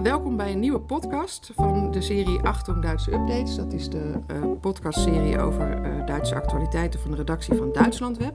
Welkom bij een nieuwe podcast van de serie Achtung Duitse Updates. Dat is de podcastserie over Duitse actualiteiten van de redactie van Duitslandweb.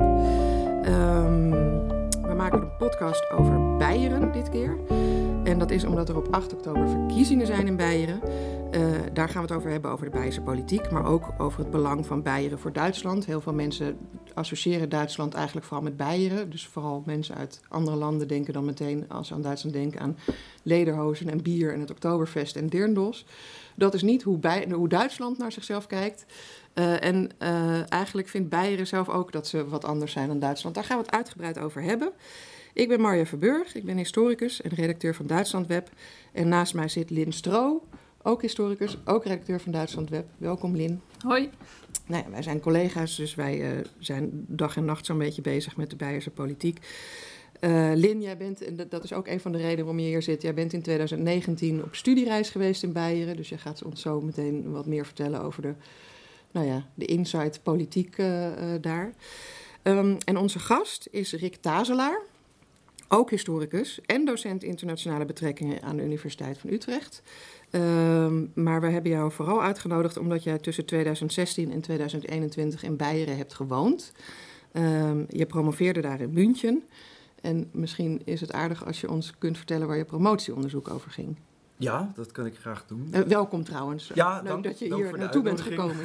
We maken een podcast over Beieren dit keer. En dat is omdat er op 8 oktober verkiezingen zijn in Beieren. Daar gaan we het over hebben, over de Beierse politiek, maar ook over het belang van Beieren voor Duitsland. Heel veel mensen associëren Duitsland eigenlijk vooral met Beieren. Dus vooral mensen uit andere landen denken dan meteen, als ze aan Duitsland denken, aan lederhozen en bier en het Oktoberfest en Dirndls. Dat is niet hoe Duitsland naar zichzelf kijkt. Eigenlijk vindt Beieren zelf ook dat ze wat anders zijn dan Duitsland. Daar gaan we het uitgebreid over hebben. Ik ben Marja Verburg, ik ben historicus en redacteur van Duitslandweb. En naast mij zit Lin Stroo, ook historicus, ook redacteur van Duitslandweb. Welkom, Lin. Hoi. Nou ja, wij zijn collega's, dus wij zijn dag en nacht zo'n beetje bezig met de Beierse politiek. Lin, jij bent, en dat is ook een van de redenen waarom je hier zit, jij bent in 2019 op studiereis geweest in Beieren. Dus je gaat ons zo meteen wat meer vertellen over de inside politiek daar. En onze gast is Rick Tazelaar, ook historicus en docent internationale betrekkingen aan de Universiteit van Utrecht. Maar we hebben jou vooral uitgenodigd omdat jij tussen 2016 en 2021 in Beieren hebt gewoond. Je promoveerde daar in München. En misschien is het aardig als je ons kunt vertellen waar je promotieonderzoek over ging. Ja, dat kan ik graag doen. Welkom trouwens. Ja, leuk dat je hier naartoe bent gekomen.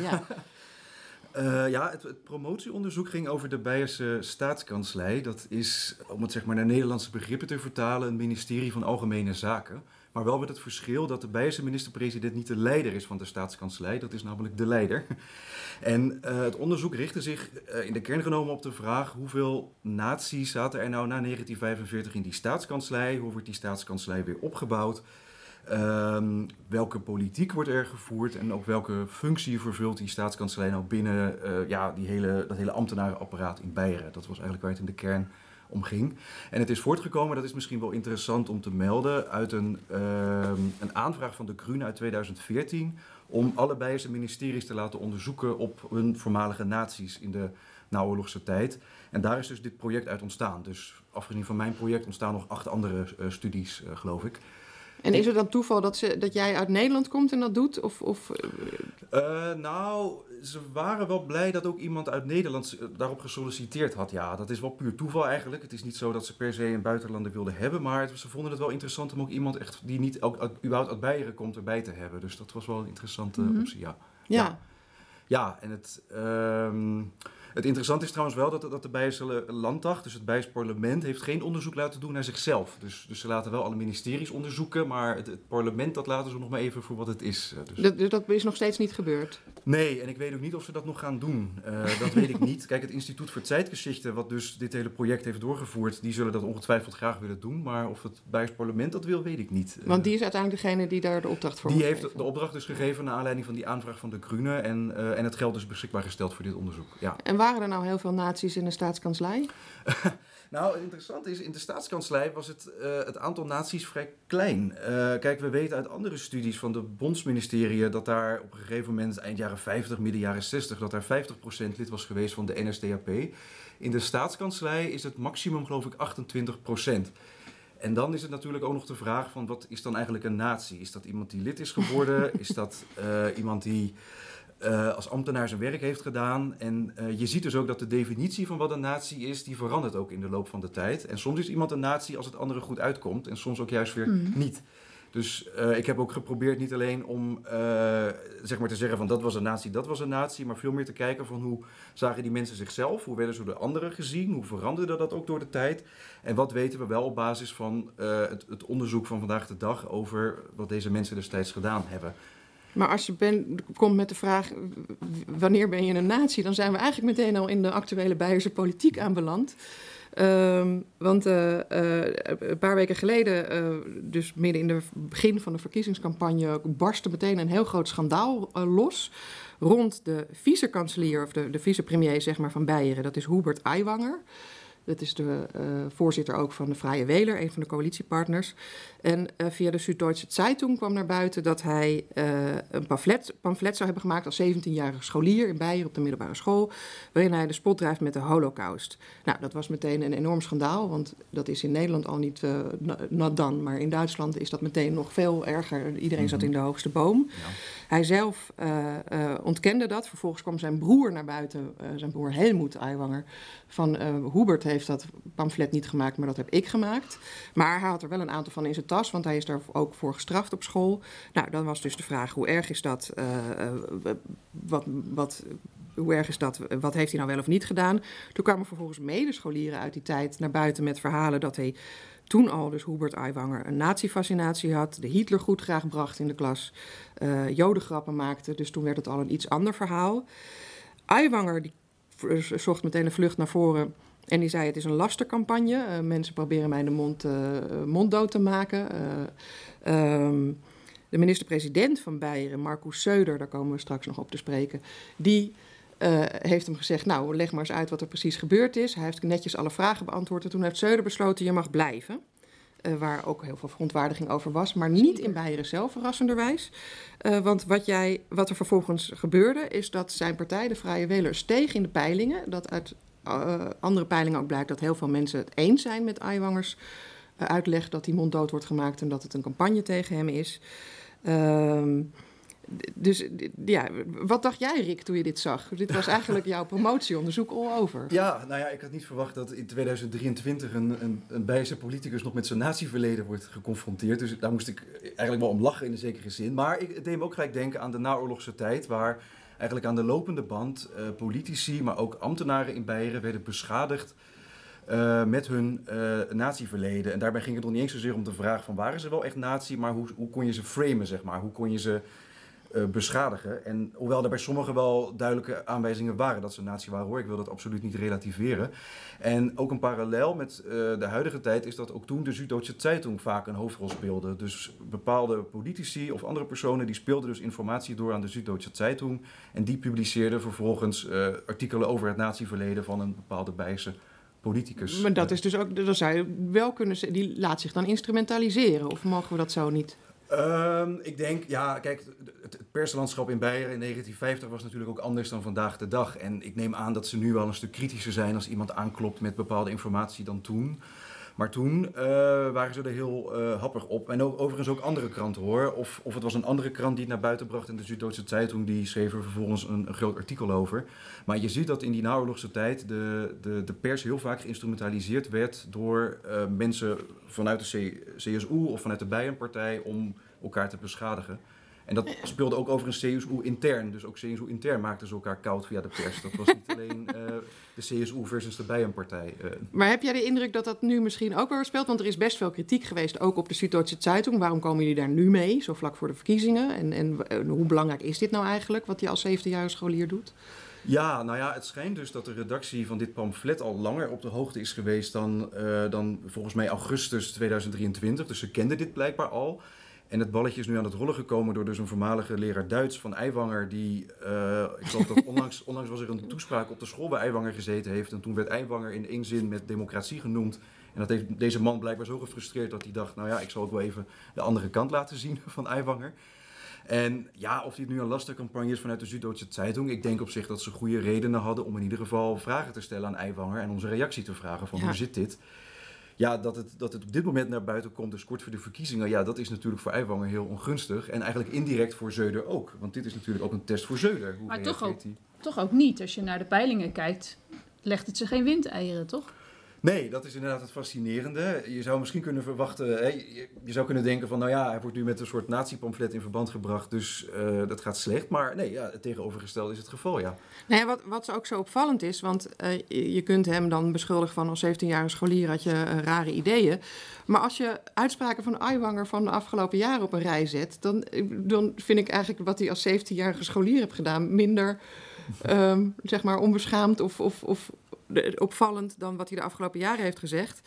Ja. Het promotieonderzoek ging over de Beierse staatskanslei. Dat is, om het zeg maar naar Nederlandse begrippen te vertalen, een ministerie van Algemene Zaken. Maar wel met het verschil dat de Beierse minister-president niet de leider is van de staatskanslei. Dat is namelijk de leider. En het onderzoek richtte zich in de kern genomen op de vraag: hoeveel naties zaten er nou na 1945 in die staatskanslei? Hoe wordt die staatskanslei weer opgebouwd? Welke politiek wordt er gevoerd en ook welke functie vervult die staatskanslei nou binnen dat hele ambtenarenapparaat in Beieren. Dat was eigenlijk waar het in de kern om ging. En het is voortgekomen, dat is misschien wel interessant om te melden, uit een aanvraag van de Grünen uit 2014 om alle Beierse ministeries te laten onderzoeken op hun voormalige naties in de naoorlogse tijd. En daar is dus dit project uit ontstaan. Dus afgezien van mijn project ontstaan nog 8 andere studies, geloof ik. En is het dan toeval dat jij uit Nederland komt en dat doet? Ze waren wel blij dat ook iemand uit Nederland daarop gesolliciteerd had. Ja, dat is wel puur toeval eigenlijk. Het is niet zo dat ze per se een buitenlander wilden hebben, maar ze vonden het wel interessant om ook iemand echt die niet überhaupt uit Beieren komt erbij te hebben. Dus dat was wel een interessante optie, ja. Ja, en het interessante is trouwens wel dat de Beierse Landdag, dus het Beiers parlement, heeft geen onderzoek laten doen naar zichzelf. Dus ze laten wel alle ministeries onderzoeken, maar het parlement dat laten ze nog maar even voor wat het is. Dus dat is nog steeds niet gebeurd? Nee, en ik weet ook niet of ze dat nog gaan doen. Dat weet ik niet. Kijk, het Instituut voor Zeitgeschichte, wat dus dit hele project heeft doorgevoerd, die zullen dat ongetwijfeld graag willen doen. Maar of het Beiers parlement dat wil, weet ik niet. Want die is uiteindelijk degene die daar de opdracht voor Die heeft de opdracht dus gegeven naar aanleiding van die aanvraag van de Grünen en het geld dus beschikbaar gesteld voor dit onderzoek. Ja. En waren er nou heel veel naties in de staatskanslei? Nou, het interessante is, in de staatskanslei was het aantal naties vrij klein. Kijk, we weten uit andere studies van de bondsministeriën dat daar op een gegeven moment, eind jaren 50, midden jaren 60, dat daar 50% lid was geweest van de NSDAP. In de staatskanslei is het maximum, geloof ik, 28%. En dan is het natuurlijk ook nog de vraag van, wat is dan eigenlijk een natie? Is dat iemand die lid is geworden? Is dat iemand die als ambtenaar zijn werk heeft gedaan? En je ziet dus ook dat de definitie van wat een natie is, die verandert ook in de loop van de tijd. En soms is iemand een natie als het andere goed uitkomt en soms ook juist weer niet. Dus ik heb ook geprobeerd niet alleen om zeg maar te zeggen van dat was een natie, maar veel meer te kijken van hoe zagen die mensen zichzelf, hoe werden ze door de anderen gezien, hoe veranderde dat ook door de tijd en wat weten we wel op basis van het onderzoek van vandaag de dag over wat deze mensen destijds gedaan hebben. Maar als je komt met de vraag, wanneer ben je een natie? Dan zijn we eigenlijk meteen al in de actuele Beierse politiek aanbeland. Want een paar weken geleden, dus midden in het begin van de verkiezingscampagne, barstte meteen een heel groot schandaal los rond de vice-kanselier, of de vicepremier zeg maar, van Beieren. Dat is Hubert Aiwanger. Dat is de voorzitter ook van de Vrije Wähler, een van de coalitiepartners. En via de Süddeutsche Zeitung kwam naar buiten dat hij een pamflet zou hebben gemaakt als 17-jarige scholier in Beieren op de middelbare school, waarin hij de spot drijft met de Holocaust. Nou, dat was meteen een enorm schandaal, want dat is in Nederland al niet not done, maar in Duitsland is dat meteen nog veel erger. Iedereen zat in de hoogste boom. Ja. Hij zelf ontkende dat. Vervolgens kwam zijn broer naar buiten, zijn broer Helmut Aiwanger, van Hubert heeft dat pamflet niet gemaakt, maar dat heb ik gemaakt. Maar hij had er wel een aantal van in zijn tas, want hij is daar ook voor gestraft op school. Nou, dan was dus de vraag, hoe erg is dat? Hoe erg is dat? Wat heeft hij nou wel of niet gedaan? Toen kwamen vervolgens medescholieren uit die tijd naar buiten met verhalen dat hij toen al, dus Hubert Aiwanger, een nazi-fascinatie had, de Hitler goed graag bracht in de klas, jodengrappen maakte. Dus toen werd het al een iets ander verhaal. Aiwanger die zocht meteen een vlucht naar voren en die zei: het is een lastercampagne. Mensen proberen mij de mond dood te maken. De minister-president van Beieren, Markus Söder, daar komen we straks nog op te spreken, die heeft hem gezegd: nou, leg maar eens uit wat er precies gebeurd is. Hij heeft netjes alle vragen beantwoord en toen heeft Söder besloten: je mag blijven. Waar ook heel veel verontwaardiging over was, maar niet in Beieren zelf, verrassenderwijs. Want wat er vervolgens gebeurde, is dat zijn partij, de Vrije Wähler, steeg in de peilingen. Dat uit andere peilingen ook blijkt dat heel veel mensen het eens zijn met Aiwangers uitleg dat die monddood wordt gemaakt en dat het een campagne tegen hem is. Dus ja, wat dacht jij, Rick, toen je dit zag? Dit was eigenlijk jouw promotieonderzoek all over. Ja, nou ja, ik had niet verwacht dat in 2023 een Beierse politicus nog met zijn natieverleden wordt geconfronteerd. Dus daar moest ik eigenlijk wel om lachen in een zekere zin. Maar het deed me ook gelijk denken aan de naoorlogse tijd, waar eigenlijk aan de lopende band politici, maar ook ambtenaren in Beieren werden beschadigd met hun natieverleden. En daarbij ging het nog niet eens zozeer om de vraag van waren ze wel echt nazi, maar hoe kon je ze framen, zeg maar? Hoe kon je ze beschadigen? En hoewel er bij sommigen wel duidelijke aanwijzingen waren dat ze nazi waren, hoor, ik wil dat absoluut niet relativeren. En ook een parallel met de huidige tijd is dat ook toen de Süddeutsche Zeitung vaak een hoofdrol speelde. Dus bepaalde politici of andere personen die speelden dus informatie door aan de Süddeutsche Zeitung en die publiceerden vervolgens artikelen over het natieverleden van een bepaalde Beierse politicus. Maar dat is dus ook, dat zou je wel kunnen zeggen, die laat zich dan instrumentaliseren, of mogen we dat zo niet? Ik denk, ja, kijk, het perslandschap in Beieren in 1950 was natuurlijk ook anders dan vandaag de dag. En ik neem aan dat ze nu wel een stuk kritischer zijn als iemand aanklopt met bepaalde informatie dan toen. Maar toen waren ze er heel happig op. En overigens ook andere kranten, hoor. Of het was een andere krant die het naar buiten bracht in de Süddeutsche Zeitung, die schreef er vervolgens een groot artikel over. Maar je ziet dat in die naoorlogse tijd de pers heel vaak geïnstrumentaliseerd werd door mensen vanuit de CSU of vanuit de Bijenpartij om elkaar te beschadigen. En dat speelde ook overigens CSU intern. Dus ook CSU intern maakten ze elkaar koud via de pers. Dat was niet alleen de CSU versus de Bijenpartij. Maar heb jij de indruk dat dat nu misschien ook weer speelt? Want er is best veel kritiek geweest, ook op de Süddeutsche Zeitung. Waarom komen jullie daar nu mee, zo vlak voor de verkiezingen? En hoe belangrijk is dit nou eigenlijk, wat hij als 17-jarige scholier doet? Ja, nou ja, het schijnt dus dat de redactie van dit pamflet al langer op de hoogte is geweest dan volgens mij augustus 2023. Dus ze kenden dit blijkbaar al. En het balletje is nu aan het rollen gekomen door dus een voormalige leraar Duits van Aiwanger. Die, ik geloof dat onlangs was er een toespraak op de school bij Aiwanger gezeten heeft. En toen werd Aiwanger in één zin met democratie genoemd. En dat heeft deze man blijkbaar zo gefrustreerd dat hij dacht, nou ja, ik zal ook wel even de andere kant laten zien van Aiwanger. En ja, of dit nu een lastercampagne is vanuit de Süddeutsche Zeitung, ik denk op zich dat ze goede redenen hadden om in ieder geval vragen te stellen aan Aiwanger en onze reactie te vragen van hoe zit dit? Ja, dat het op dit moment naar buiten komt, dus kort voor de verkiezingen, ja, dat is natuurlijk voor Aiwanger heel ongunstig. En eigenlijk indirect voor Söder ook. Want dit is natuurlijk ook een test voor Söder. Maar toch ook niet. Als je naar de peilingen kijkt, legt het ze geen windeieren, toch? Nee, dat is inderdaad het fascinerende. Je zou misschien kunnen verwachten, je zou kunnen denken van, nou ja, hij wordt nu met een soort nazi-pamflet in verband gebracht, dus dat gaat slecht. Maar nee, ja, het tegenovergestelde is het geval, ja. Nee, wat ook zo opvallend is, want je kunt hem dan beschuldigen van als 17-jarige scholier had je rare ideeën. Maar als je uitspraken van Aiwanger van de afgelopen jaren op een rij zet, dan vind ik eigenlijk wat hij als 17-jarige scholier heeft gedaan minder, zeg maar, onbeschaamd of opvallend dan wat hij de afgelopen jaren heeft gezegd.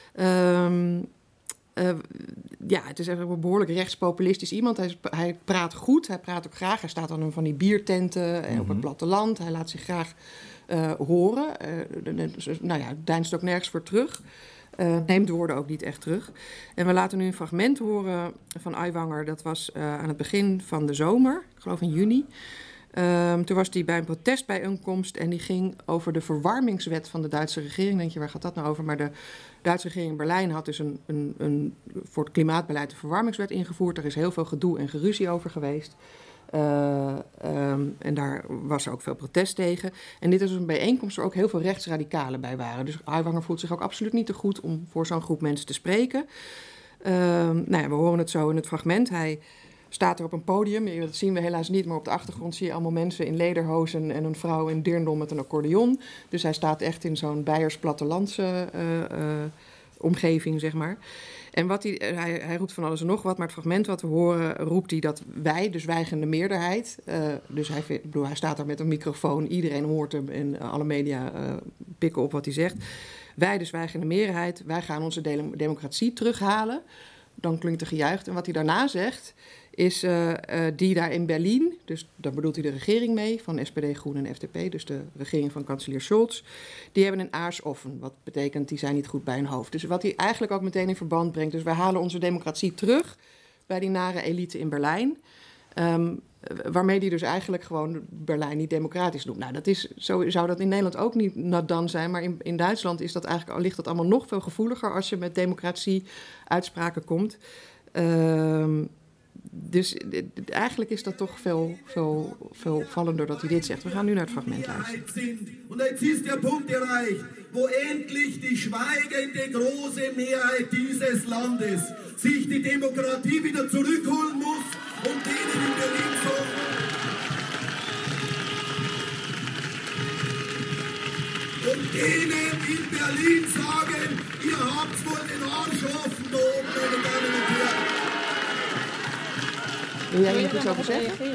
Ja, het is echt een behoorlijk rechtspopulistisch iemand. Hij praat goed, hij praat ook graag. Hij staat dan in van die biertenten en op het platteland. Hij laat zich graag horen. Deinst ook nergens voor terug. Neemt de woorden ook niet echt terug. En we laten nu een fragment horen van Aiwanger. Dat was aan het begin van de zomer, ik geloof in juni. Toen was hij bij een protestbijeenkomst en die ging over de verwarmingswet van de Duitse regering. Denk je, waar gaat dat nou over? Maar de Duitse regering in Berlijn had dus voor het klimaatbeleid een verwarmingswet ingevoerd. Er is heel veel gedoe en geruzie over geweest. En daar was er ook veel protest tegen. En dit is een bijeenkomst waar ook heel veel rechtsradicalen bij waren. Dus Aiwanger voelt zich ook absoluut niet te goed om voor zo'n groep mensen te spreken. We horen het zo in het fragment. Hij staat er op een podium. Dat zien we helaas niet, maar op de achtergrond zie je allemaal mensen in lederhozen en een vrouw in dirndl met een accordeon. Dus hij staat echt in zo'n Beiers plattelandse omgeving, zeg maar. En hij roept van alles en nog wat, maar het fragment wat we horen roept hij dat wij, de zwijgende meerderheid, dus hij staat daar met een microfoon, iedereen hoort hem en alle media pikken op wat hij zegt. Wij, de zwijgende meerderheid, wij gaan onze democratie terughalen. Dan klinkt er gejuicht. En wat hij daarna zegt is die daar in Berlijn, dus daar bedoelt hij de regering mee, van SPD, Groen en FDP, dus de regering van kanselier Scholz, die hebben een aars offen, wat betekent die zijn niet goed bij hun hoofd. Dus wat hij eigenlijk ook meteen in verband brengt, dus we halen onze democratie terug bij die nare elite in Berlijn, waarmee die dus eigenlijk gewoon Berlijn niet democratisch noemt. Nou, zo zou dat in Nederland ook niet nadan zijn, maar in Duitsland ligt dat allemaal nog veel gevoeliger als je met democratie uitspraken komt. Dus eigenlijk is dat toch veel vallender dat hij dit zegt. We gaan nu naar het fragment luisteren. Und jetzt ist der Punkt erreicht, wo endlich die schweigende große Mehrheit dieses Landes sich die Demokratie wieder zurückholen muss und denen in Berlin sagen, ihr habt wohl den Arsch offen da oben, meine Damen und Herren. Wil jij hier iets over zeggen?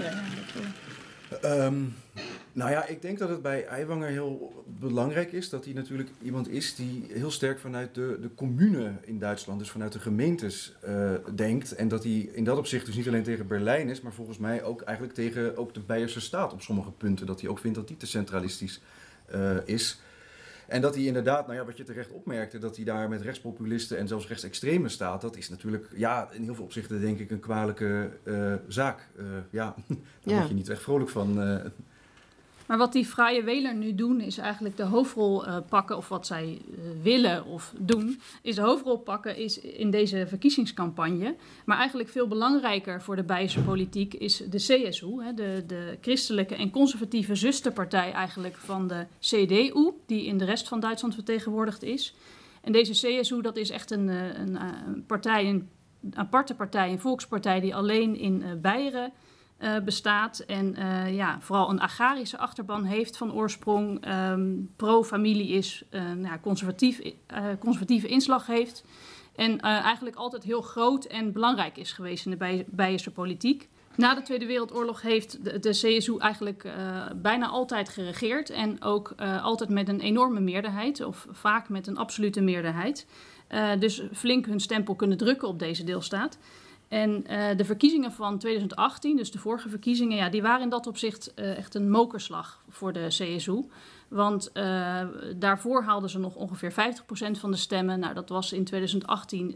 Ik denk dat het bij Aiwanger heel belangrijk is dat hij natuurlijk iemand is die heel sterk vanuit de commune in Duitsland, dus vanuit de gemeentes, denkt. En dat hij in dat opzicht dus niet alleen tegen Berlijn is, maar volgens mij ook eigenlijk tegen ook de Beierse staat op sommige punten. Dat hij ook vindt dat die te centralistisch is. En dat hij inderdaad, wat je terecht opmerkte, dat hij daar met rechtspopulisten en zelfs rechtsextremen staat, dat is natuurlijk, in heel veel opzichten denk ik een kwalijke zaak. Daar word je niet echt vrolijk van. Maar wat die Freie Wähler nu doen, is eigenlijk de hoofdrol pakken, of wat zij willen of doen, is de hoofdrol pakken is in deze verkiezingscampagne. Maar eigenlijk veel belangrijker voor de Beierse politiek is de CSU, de christelijke en conservatieve zusterpartij eigenlijk van de CDU, die in de rest van Duitsland vertegenwoordigd is. En deze CSU, dat is echt een partij, een aparte partij, een volkspartij die alleen in Beieren bestaat en vooral een agrarische achterban heeft van oorsprong, pro-familie is, conservatieve inslag heeft en eigenlijk altijd heel groot en belangrijk is geweest in de Beierse politiek. Na de Tweede Wereldoorlog heeft de CSU eigenlijk bijna altijd geregeerd en ook altijd met een enorme meerderheid of vaak met een absolute meerderheid. Dus flink hun stempel kunnen drukken op deze deelstaat. En de verkiezingen van 2018, dus de vorige verkiezingen, die waren in dat opzicht echt een mokerslag voor de CSU. Want daarvoor haalden ze nog ongeveer 50% van de stemmen. Nou, dat was in 2018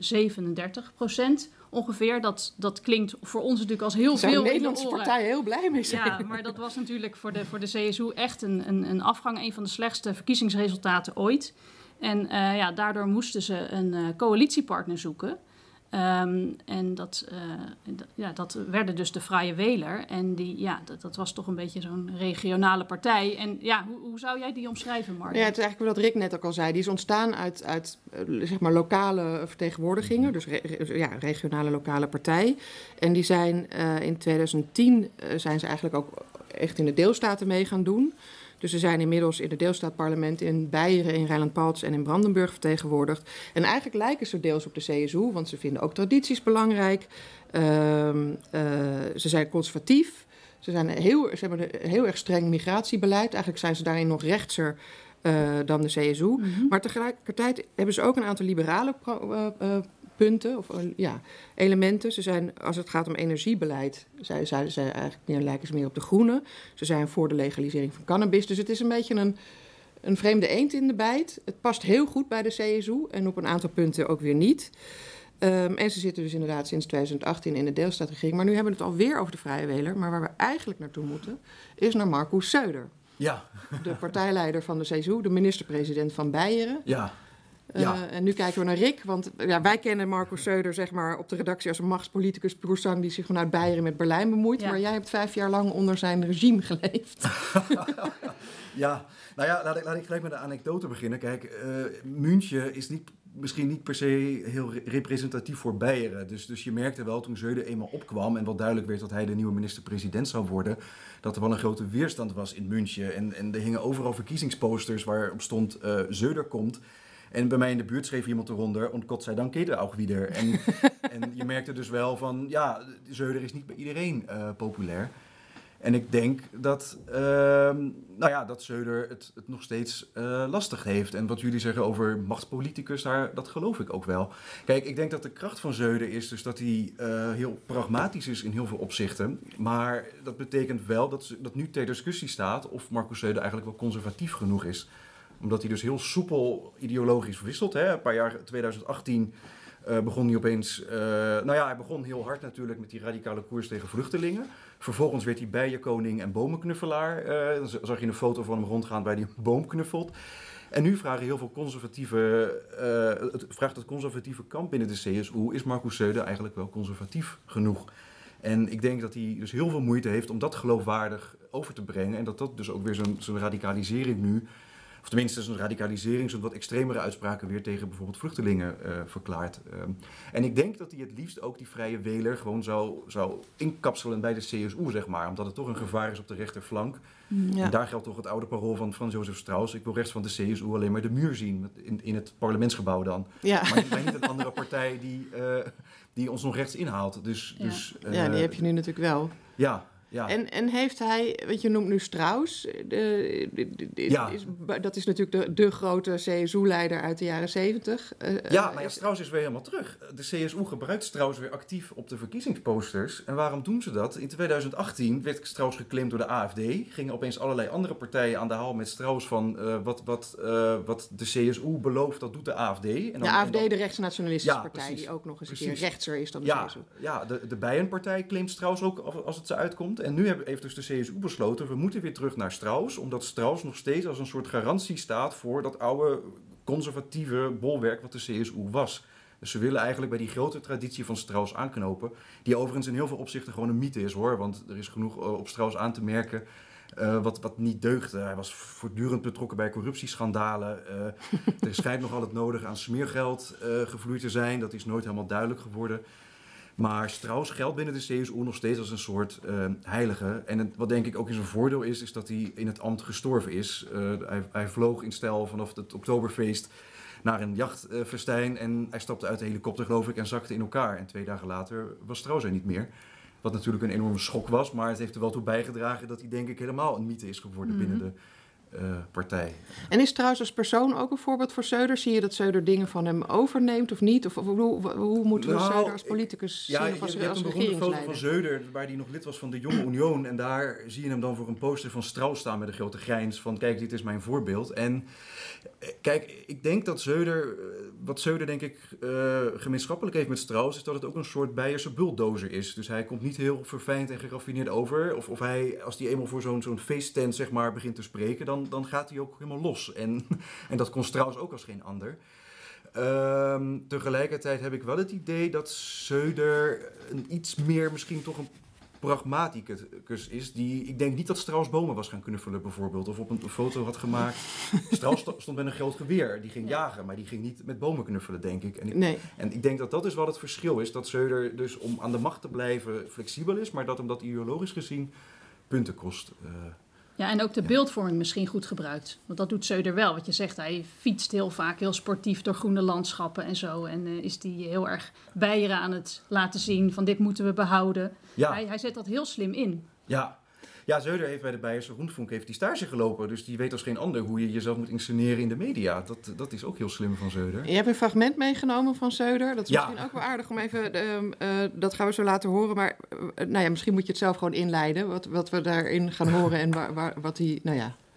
37% ongeveer. Dat klinkt voor ons natuurlijk als heel veel in de Nederlandse oren. Partij heel blij mee zijn. Ja, maar dat was natuurlijk voor de CSU echt een afgang. Een van de slechtste verkiezingsresultaten ooit. En daardoor moesten ze een coalitiepartner zoeken. En dat werden dus de Freie Wähler. En dat was toch een beetje zo'n regionale partij. En hoe zou jij die omschrijven, Mark? Ja, het is eigenlijk wat Rick net ook al zei. Die is ontstaan uit zeg maar lokale vertegenwoordigingen. Dus regionale lokale partij. En die zijn in 2010 zijn ze eigenlijk ook echt in de deelstaten mee gaan doen. Dus ze zijn inmiddels in het deelstaatparlement in Beieren, in Rijnland-Palts en in Brandenburg vertegenwoordigd. En eigenlijk lijken ze deels op de CSU, want ze vinden ook tradities belangrijk. Ze zijn conservatief. Ze hebben een heel erg streng migratiebeleid. Eigenlijk zijn ze daarin nog rechtser dan de CSU. Mm-hmm. Maar tegelijkertijd hebben ze ook een aantal liberale punten of elementen. Ze zijn, als het gaat om energiebeleid, lijken ze meer op de groenen. Ze zijn voor de legalisering van cannabis. Dus het is een beetje een vreemde eend in de bijt. Het past heel goed bij de CSU en op een aantal punten ook weer niet. En ze zitten dus inderdaad sinds 2018 in de deelstaatregering. Maar nu hebben we het alweer over de Vrije Wähler. Maar waar we eigenlijk naartoe moeten, is naar Markus Söder. Ja. De partijleider van de CSU, de minister-president van Beieren. Ja. En nu kijken we naar Rick, want wij kennen Markus Söder zeg maar, op de redactie als een machtspoliticus pur sang die zich vanuit Beieren met Berlijn bemoeit. Ja. Maar jij hebt 5 jaar lang onder zijn regime geleefd. Ja, nou ja, laat ik gelijk met een anekdote beginnen. Kijk, München is misschien niet per se heel representatief voor Beieren. Dus je merkte wel toen Söder eenmaal opkwam en wel duidelijk werd dat hij de nieuwe minister-president zou worden, dat er wel een grote weerstand was in München. En er hingen overal verkiezingsposters waarop stond Söder komt. En bij mij in de buurt schreef iemand eronder, und Gott sei Dank geht er auch wieder. En je merkte dus wel van, ja, Söder is niet bij iedereen populair. En ik denk dat, dat Söder het nog steeds lastig heeft. En wat jullie zeggen over machtspoliticus, dat geloof ik ook wel. Kijk, ik denk dat de kracht van Söder is dus dat hij heel pragmatisch is in heel veel opzichten. Maar dat betekent wel dat nu ter discussie staat of Markus Söder eigenlijk wel conservatief genoeg is. Omdat hij dus heel soepel ideologisch wisselt. Hè. Een paar jaar, 2018... begon hij opeens... hij begon heel hard natuurlijk met die radicale koers tegen vluchtelingen. Vervolgens werd hij bijenkoning en bomenknuffelaar. Dan zag je een foto van hem rondgaan bij die boom knuffelt. En nu vraagt het conservatieve kamp binnen de CSU... is Markus Söder eigenlijk wel conservatief genoeg? En ik denk dat hij dus heel veel moeite heeft om dat geloofwaardig over te brengen. En dat dus ook weer zo'n radicalisering nu... Of tenminste, zo'n radicalisering, zo'n wat extremere uitspraken weer tegen bijvoorbeeld vluchtelingen verklaart. En ik denk dat hij het liefst ook die Vrije Wähler gewoon zou inkapselen bij de CSU, zeg maar. Omdat het toch een gevaar is op de rechterflank. Ja. En daar geldt toch het oude parool van Franz Josef Strauss. Ik wil rechts van de CSU alleen maar de muur zien, in het parlementsgebouw dan. Ja. Maar niet een andere partij die ons nog rechts inhaalt. Dus, die heb je nu natuurlijk wel. Ja. Ja. En heeft hij, je noemt nu Strauss, dat is natuurlijk de grote CSU-leider uit de jaren 70. Strauss is weer helemaal terug. De CSU gebruikt Strauss weer actief op de verkiezingsposters. En waarom doen ze dat? In 2018 werd Strauss geclaimd door de AfD. Gingen opeens allerlei andere partijen aan de haal met Strauss van wat de CSU belooft, dat doet de AfD. En dan, de AfD, de rechtsnationalistische partij, precies, die ook nog eens een keer rechtser is dan de CSU. Ja, de Bijenpartij claimt Strauss ook als het ze uitkomt. En nu heeft dus de CSU besloten, we moeten weer terug naar Strauss, omdat Strauss nog steeds als een soort garantie staat voor dat oude conservatieve bolwerk wat de CSU was. Dus ze willen eigenlijk bij die grote traditie van Strauss aanknopen, die overigens in heel veel opzichten gewoon een mythe is hoor, want er is genoeg op Strauss aan te merken wat niet deugde. Hij was voortdurend betrokken bij corruptieschandalen. Er schijnt nogal het nodige aan smeergeld gevloeid te zijn, dat is nooit helemaal duidelijk geworden. Maar Strauss geldt binnen de CSU nog steeds als een soort heilige. En wat denk ik ook in zijn voordeel is dat hij in het ambt gestorven is. Hij vloog in stijl vanaf het Oktoberfeest naar een jachtfestijn. En hij stapte uit de helikopter, geloof ik, en zakte in elkaar. En 2 dagen later was Strauss er niet meer. Wat natuurlijk een enorme schok was. Maar het heeft er wel toe bijgedragen dat hij denk ik helemaal een mythe is geworden binnen de partij. En is Strauss als persoon ook een voorbeeld voor Söder? Zie je dat Söder dingen van hem overneemt of niet? Of hoe moeten we Söder als politicus zien of als regeringsleider? Je hebt een beroemde foto van Söder waar hij nog lid was van de Jonge Union. En daar zie je hem dan voor een poster van Strauss staan met een grote grijns van kijk, dit is mijn voorbeeld. En kijk, ik denk dat wat Söder denk ik gemeenschappelijk heeft met Strauss, is dat het ook een soort Beierse bulldozer is. Dus hij komt niet heel verfijnd en geraffineerd over. Of hij, als hij eenmaal voor zo'n feesttent zeg maar begint te spreken, dan gaat hij ook helemaal los. En dat kon Strauss ook als geen ander. Tegelijkertijd heb ik wel het idee dat Söder iets meer misschien toch een pragmaticus is. Ik denk niet dat Strauss bomen was gaan knuffelen bijvoorbeeld. Of op een foto had gemaakt. Strauss stond met een groot geweer. Die ging jagen, maar die ging niet met bomen knuffelen, denk ik. En ik denk dat is wel het verschil is. Dat Söder dus om aan de macht te blijven flexibel is. Maar dat hem dat ideologisch gezien punten kost. Ja, en ook de beeldvorming misschien goed gebruikt. Want dat doet Söder wel. Wat je zegt, hij fietst heel vaak heel sportief door groene landschappen en zo. En is die heel erg Beieren aan het laten zien van dit moeten we behouden. Ja. Hij zet dat heel slim in. Ja, Söder heeft bij de Beierse Rundfunk die stage gelopen. Dus die weet als geen ander hoe je jezelf moet insceneren in de media. Dat is ook heel slim van Söder. Je hebt een fragment meegenomen van Söder. Dat is misschien ook wel aardig om even... dat gaan we zo laten horen. Maar misschien moet je het zelf gewoon inleiden. Wat we daarin gaan horen en wat hij...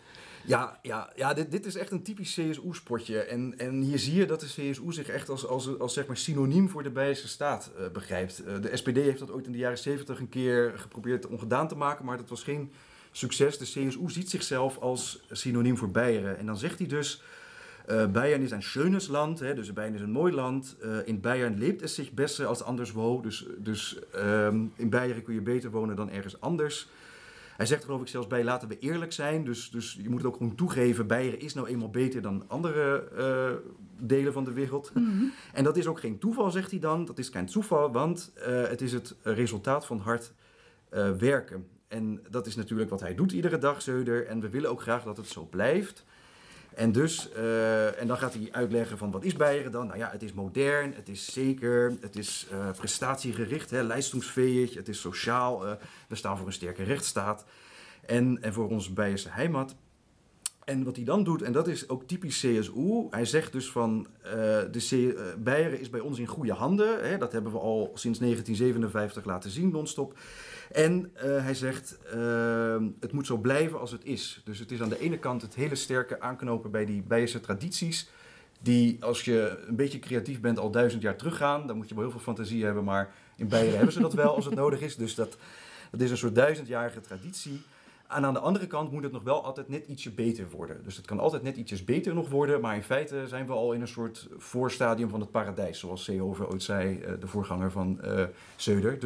Ja, dit is echt een typisch CSU-spotje. En hier zie je dat de CSU zich echt als zeg maar synoniem voor de Beierse staat begrijpt. De SPD heeft dat ooit in de jaren 70 een keer geprobeerd ongedaan te maken, maar dat was geen succes. De CSU ziet zichzelf als synoniem voor Beieren. En dan zegt hij dus, Bayern is een schönes Land, hè, dus Bayern is een mooi land. In Bayern lebt es sich besser als anderswo. Dus in Beieren kun je beter wonen dan ergens anders. Hij zegt er geloof ik zelfs bij, laten we eerlijk zijn. Dus je moet het ook gewoon toegeven, Beieren is nou eenmaal beter dan andere delen van de wereld. Mm-hmm. En dat is ook geen toeval, zegt hij dan. Dat is geen toeval, want het is het resultaat van hard werken. En dat is natuurlijk wat hij doet iedere dag, Söder. En we willen ook graag dat het zo blijft. En dus, en dan gaat hij uitleggen van wat is Beieren dan? Nou ja, het is modern, het is zeker, het is prestatiegericht, leistungsfähig, het is sociaal. We staan voor een sterke rechtsstaat en voor onze Beierse heimat. En wat hij dan doet, en dat is ook typisch CSU, hij zegt dus van Beieren is bij ons in goede handen. Hè, dat hebben we al sinds 1957 laten zien, non-stop. En hij zegt, het moet zo blijven als het is. Dus het is aan de ene kant het hele sterke aanknopen bij die Beierse tradities, die als je een beetje creatief bent al 1000 jaar teruggaan. Dan moet je wel heel veel fantasie hebben, maar in Beieren hebben ze dat wel als het nodig is. Dus dat is een soort 1000-jarige traditie. En aan de andere kant moet het nog wel altijd net ietsje beter worden. Dus het kan altijd net ietsjes beter nog worden, maar in feite zijn we al in een soort voorstadium van het paradijs, zoals Seehofer ooit zei, de voorganger van Söder.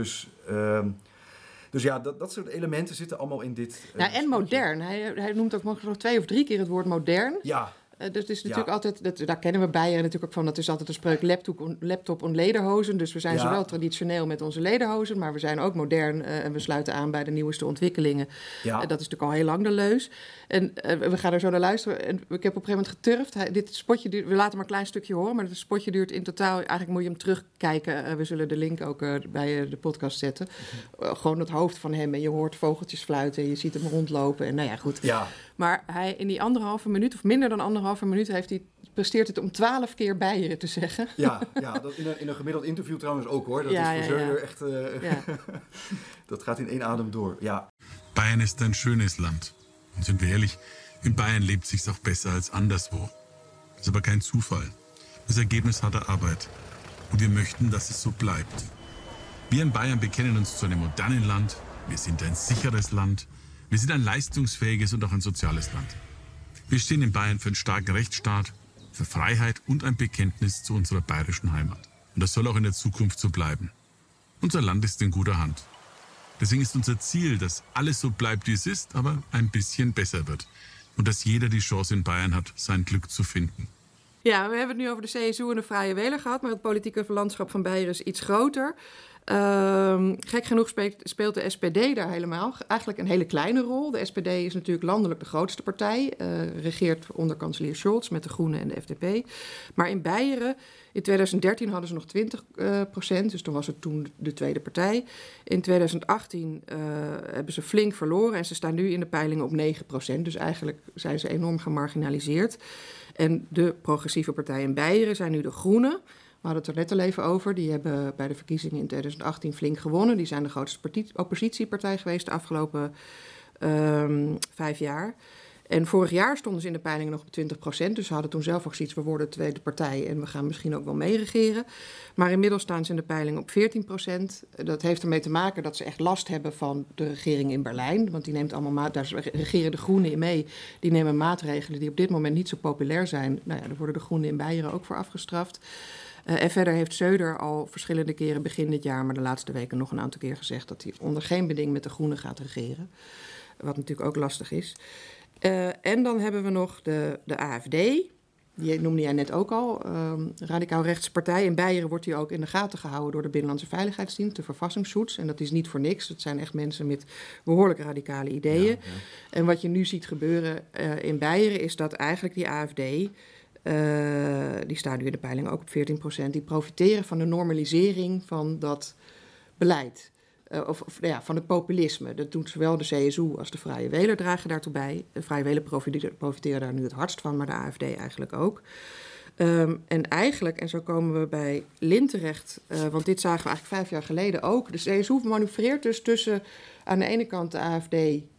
Dus ja, dat soort elementen zitten allemaal in dit... en modern. Hij noemt ook nog 2 of 3 keer het woord modern. Ja. Dus het is natuurlijk altijd, daar kennen we Beieren natuurlijk ook van, dat is altijd een spreuk laptop en lederhozen. Dus we zijn zowel traditioneel met onze lederhozen, maar we zijn ook modern en we sluiten aan bij de nieuwste ontwikkelingen. Ja. Dat is natuurlijk al heel lang de leus. En we gaan er zo naar luisteren. En ik heb op een gegeven moment geturfd. Dit spotje duurt, we laten maar een klein stukje horen, maar het spotje duurt in totaal, eigenlijk moet je hem terugkijken. We zullen de link ook bij de podcast zetten. Gewoon het hoofd van hem en je hoort vogeltjes fluiten en je ziet hem rondlopen. En nou ja, goed. Ja. Maar hij in die 1,5 minuut, of minder dan 1,5 minuut, presteert het om 12 keer Beieren te zeggen. Ja, dat in een gemiddeld interview trouwens ook hoor. Dat is voor Söder echt... dat gaat in 1 adem door, ja. Bayern ist ein schönes Land. Und sind wir ehrlich, in Bayern lebt es sich auch besser als anderswo. Das ist aber kein Zufall. Das Ergebnis harter Arbeit. Und wir möchten, dass es so bleibt. Wir in Bayern bekennen uns zu einem modernen Land. Wir sind ein sicheres Land. Wir sind ein leistungsfähiges und auch ein soziales Land. Wir stehen in Bayern für einen starken Rechtsstaat, für Freiheit und ein Bekenntnis zu unserer bayerischen Heimat. Und das soll auch in der Zukunft so bleiben. Unser Land ist in guter Hand. Deswegen ist unser Ziel, dass alles so bleibt, wie es ist, aber ein bisschen besser wird. Und dass jeder die Chance in Bayern hat, sein Glück zu finden. Ja, we hebben het nu over de CSU en de Vrije Wähler gehad, maar het politieke landschap van Beieren is iets groter. Gek genoeg speelt de SPD daar helemaal eigenlijk een hele kleine rol. De SPD is natuurlijk landelijk de grootste partij. Regeert onder kanselier Scholz met de Groenen en de FDP. Maar in Beieren, in 2013 hadden ze nog 20%, dus toen was het de tweede partij. In 2018 hebben ze flink verloren en ze staan nu in de peilingen op 9%. Dus eigenlijk zijn ze enorm gemarginaliseerd. En de progressieve partijen in Beieren zijn nu de Groenen. We hadden het er net al even over. Die hebben bij de verkiezingen in 2018 flink gewonnen. Die zijn de grootste oppositiepartij geweest de afgelopen 5 jaar. En vorig jaar stonden ze in de peilingen nog op 20%. Dus ze hadden toen zelf ook zoiets, we worden de tweede partij en we gaan misschien ook wel meeregeren. Maar inmiddels staan ze in de peilingen op 14%. Dat heeft ermee te maken dat ze echt last hebben van de regering in Berlijn. Want die neemt allemaal daar regeren de Groenen in mee. Die nemen maatregelen die op dit moment niet zo populair zijn. Nou ja, daar worden de Groenen in Beieren ook voor afgestraft. En verder heeft Söder al verschillende keren begin dit jaar, maar de laatste weken nog een aantal keer gezegd dat hij onder geen beding met de Groenen gaat regeren. Wat natuurlijk ook lastig is. En dan hebben we nog de AFD. Die noemde jij net ook al. Radicaal rechtse partij. In Beieren wordt die ook in de gaten gehouden door de Binnenlandse Veiligheidsdienst, de Verfassungsschutz. En dat is niet voor niks. Het zijn echt mensen met behoorlijk radicale ideeën. Ja. En wat je nu ziet gebeuren in Beieren is dat eigenlijk die AFD... die staan nu in de peiling ook op 14%. Die profiteren van de normalisering van dat beleid. Van het populisme. Dat doen zowel de CSU als de Vrije Wähler dragen daartoe bij. De Vrije Wähler profiteren daar nu het hardst van, maar de AFD eigenlijk ook. En eigenlijk, en zo komen we bij Lin terecht, want dit zagen we eigenlijk 5 jaar geleden ook. De CSU manoeuvreert dus tussen aan de ene kant de AFD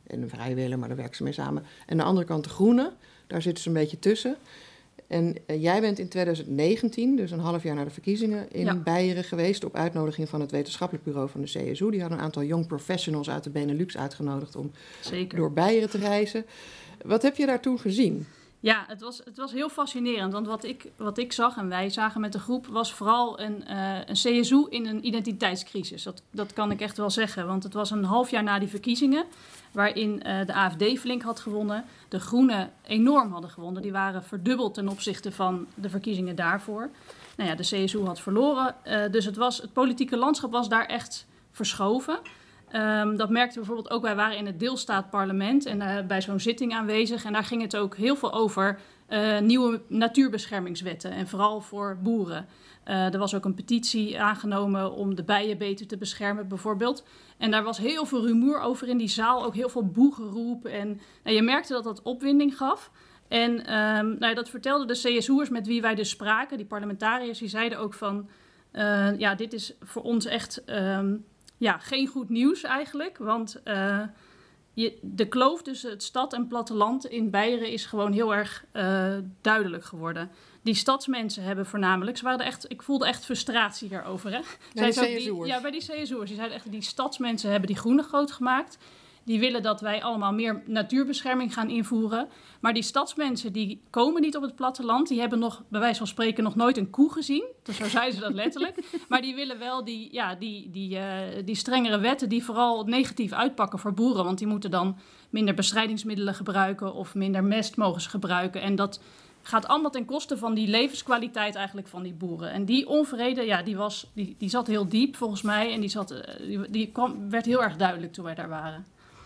En de Vrije Willen, maar daar werken ze mee samen. En aan de andere kant de Groenen, daar zitten ze een beetje tussen. En jij bent in 2019, dus een half jaar na de verkiezingen, in Beieren geweest op uitnodiging van het wetenschappelijk bureau van de CSU. Die hadden een aantal young professionals uit de Benelux uitgenodigd om door Beieren te reizen. Wat heb je daar toen gezien? Ja, het was heel fascinerend. Want wat ik zag en wij zagen met de groep was vooral een CSU in een identiteitscrisis. Dat kan ik echt wel zeggen. Want het was een half jaar na die verkiezingen waarin de AFD flink had gewonnen. De Groenen enorm hadden gewonnen. Die waren verdubbeld ten opzichte van de verkiezingen daarvoor. Nou ja, de CSU had verloren. Dus het politieke landschap was daar echt verschoven. Dat merkten we bijvoorbeeld ook. Wij waren in het deelstaatparlement en bij zo'n zitting aanwezig. En daar ging het ook heel veel over nieuwe natuurbeschermingswetten. En vooral voor boeren. Er was ook een petitie aangenomen om de bijen beter te beschermen bijvoorbeeld. En daar was heel veel rumoer over in die zaal. Ook heel veel boegeroep. En je merkte dat opwinding gaf. En dat vertelden de CSU'ers met wie wij dus spraken. Die parlementariërs, die zeiden ook van... dit is voor ons echt... geen goed nieuws eigenlijk, want de kloof tussen het stad en platteland in Beieren is gewoon heel erg duidelijk geworden. Die stadsmensen hebben voornamelijk, ik voelde echt frustratie daarover. Hè? Bij de CSU'ers? Bij die CSU'ers. Die zeiden echt, die stadsmensen hebben die Groenen groot gemaakt. Die willen dat wij allemaal meer natuurbescherming gaan invoeren. Maar die stadsmensen die komen niet op het platteland. Die hebben nog, bij wijze van spreken, nog nooit een koe gezien. Dus zo zeiden ze dat letterlijk. Maar die willen wel die strengere wetten die vooral negatief uitpakken voor boeren. Want die moeten dan minder bestrijdingsmiddelen gebruiken of minder mest mogen ze gebruiken. En dat gaat allemaal ten koste van die levenskwaliteit eigenlijk van die boeren. En die onvrede, die zat heel diep volgens mij. En werd heel erg duidelijk toen wij daar waren.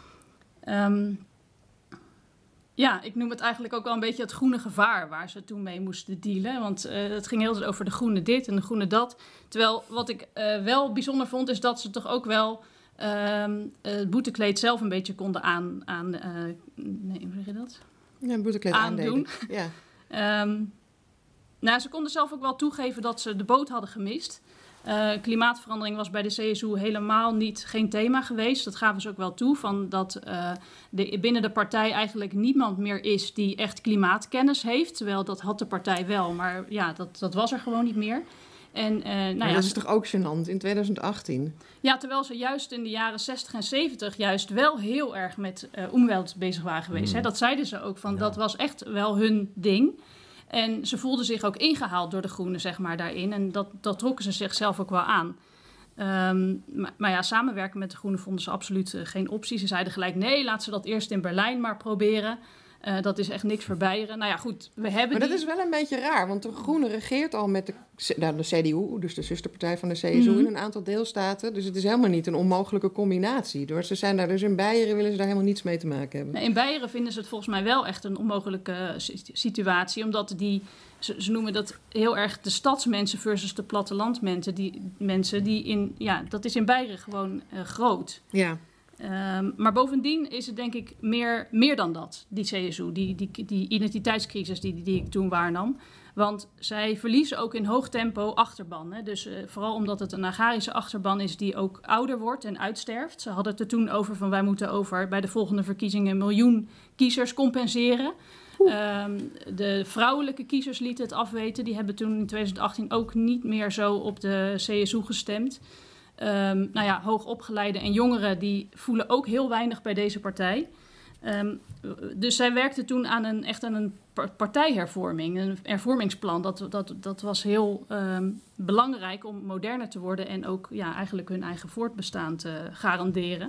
Ik noem het eigenlijk ook wel een beetje het groene gevaar waar ze toen mee moesten dealen. Want het ging heel tijd over de groene dit en de groene dat. Terwijl wat ik wel bijzonder vond is dat ze toch ook wel het boetekleed zelf een beetje konden hoe zeg je dat? Ja, een boetekleed aandoen. Ja. Ze konden zelf ook wel toegeven dat ze de boot hadden gemist. Klimaatverandering was bij de CSU helemaal geen thema geweest. Dat gaven ze ook wel toe, van dat binnen de partij eigenlijk niemand meer is die echt klimaatkennis heeft. Terwijl dat had de partij wel, maar dat was er gewoon niet meer. Maar dat is toch ook gênant in 2018? Ja, terwijl ze juist in de jaren 60 en 70 juist wel heel erg met omwelt bezig waren geweest. Hè? Dat zeiden ze ook, dat was echt wel hun ding. En ze voelden zich ook ingehaald door de Groenen, zeg maar, daarin. En dat trokken ze zichzelf ook wel aan. Maar samenwerken met de Groenen vonden ze absoluut geen optie. Ze zeiden gelijk, nee, laten ze dat eerst in Berlijn maar proberen. Dat is echt niks voor Beieren. Nou ja, goed, dat is wel een beetje raar, want de Groenen regeert al met de CDU, dus de zusterpartij van de CSU, in een aantal deelstaten. Dus het is helemaal niet een onmogelijke combinatie. Ze zijn daar dus in Beieren, willen ze daar helemaal niets mee te maken hebben. In Beieren vinden ze het volgens mij wel echt een onmogelijke situatie, omdat ze noemen dat heel erg de stadsmensen versus de plattelandmensen, dat is in Beieren gewoon groot. Ja. Maar bovendien is het denk ik meer dan dat, die CSU, die identiteitscrisis die ik toen waarnam. Want zij verliezen ook in hoog tempo achterban. Hè? Dus vooral omdat het een agrarische achterban is die ook ouder wordt en uitsterft. Ze hadden het er toen over van wij moeten bij de volgende verkiezingen 1 miljoen kiezers compenseren. De vrouwelijke kiezers lieten het afweten. Die hebben toen in 2018 ook niet meer zo op de CSU gestemd. Hoogopgeleide en jongeren die voelen ook heel weinig bij deze partij. Dus zij werkte toen aan een partijhervorming, een hervormingsplan. Dat was heel belangrijk om moderner te worden en ook eigenlijk hun eigen voortbestaan te garanderen.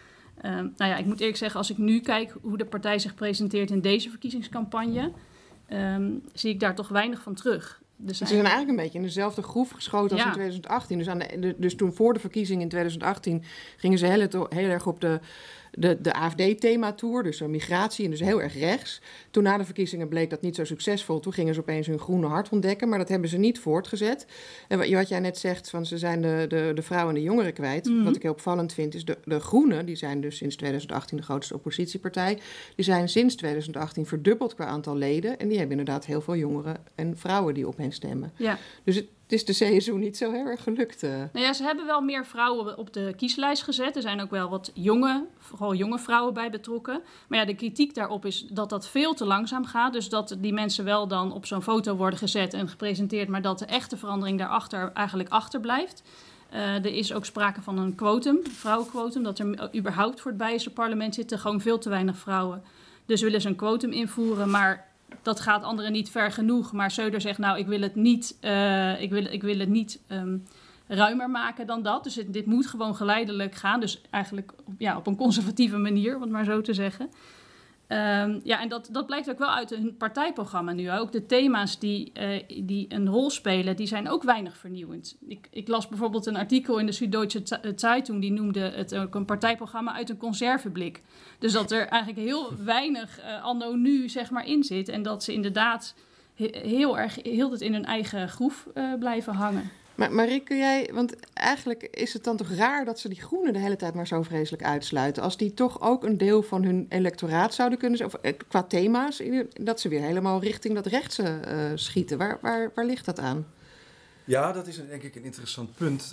Ik moet eerlijk zeggen, als ik nu kijk hoe de partij zich presenteert in deze verkiezingscampagne, zie ik daar toch weinig van terug. Dus ze zijn eigenlijk een beetje in dezelfde groef geschoten als in 2018. Dus toen voor de verkiezing in 2018 gingen ze heel erg op de AFD-thematour, dus migratie en dus heel erg rechts. Toen na de verkiezingen bleek dat niet zo succesvol. Toen gingen ze opeens hun groene hart ontdekken, maar dat hebben ze niet voortgezet. En wat jij net zegt, van ze zijn de vrouwen en de jongeren kwijt. Mm-hmm. Wat ik heel opvallend vind, is de Groenen, die zijn dus sinds 2018 de grootste oppositiepartij. Die zijn sinds 2018 verdubbeld qua aantal leden. En die hebben inderdaad heel veel jongeren en vrouwen die op hen stemmen. Ja. Dus Het is de CSU niet zo heel erg gelukt. Nou ja, ze hebben wel meer vrouwen op de kieslijst gezet. Er zijn ook wel wat vooral jonge vrouwen bij betrokken. Maar ja, de kritiek daarop is dat dat veel te langzaam gaat. Dus dat die mensen wel dan op zo'n foto worden gezet en gepresenteerd, maar dat de echte verandering daarachter eigenlijk achterblijft. Er is ook sprake van een vrouwenquotum, dat er überhaupt voor het Beierse parlement zitten gewoon veel te weinig vrouwen. Dus willen ze een quotum invoeren, maar dat gaat anderen niet ver genoeg. Maar Söder zegt, nou, ik wil het niet ruimer maken dan dat. Dus dit moet gewoon geleidelijk gaan. Dus eigenlijk op een conservatieve manier, om het maar zo te zeggen. En dat blijkt ook wel uit hun partijprogramma nu. Ook de thema's die een rol spelen, die zijn ook weinig vernieuwend. Ik las bijvoorbeeld een artikel in de Süddeutsche Zeitung, die noemde het ook een partijprogramma uit een conserveblik. Dus dat er eigenlijk heel weinig anno nu zeg maar in zit. En dat ze inderdaad heel het in hun eigen groef blijven hangen. Maar Rick, want eigenlijk is het dan toch raar dat ze die groenen de hele tijd maar zo vreselijk uitsluiten. Als die toch ook een deel van hun electoraat zouden kunnen zijn, of qua thema's, dat ze weer helemaal richting dat rechtse schieten. Waar ligt dat aan? Ja, dat is denk ik een interessant punt.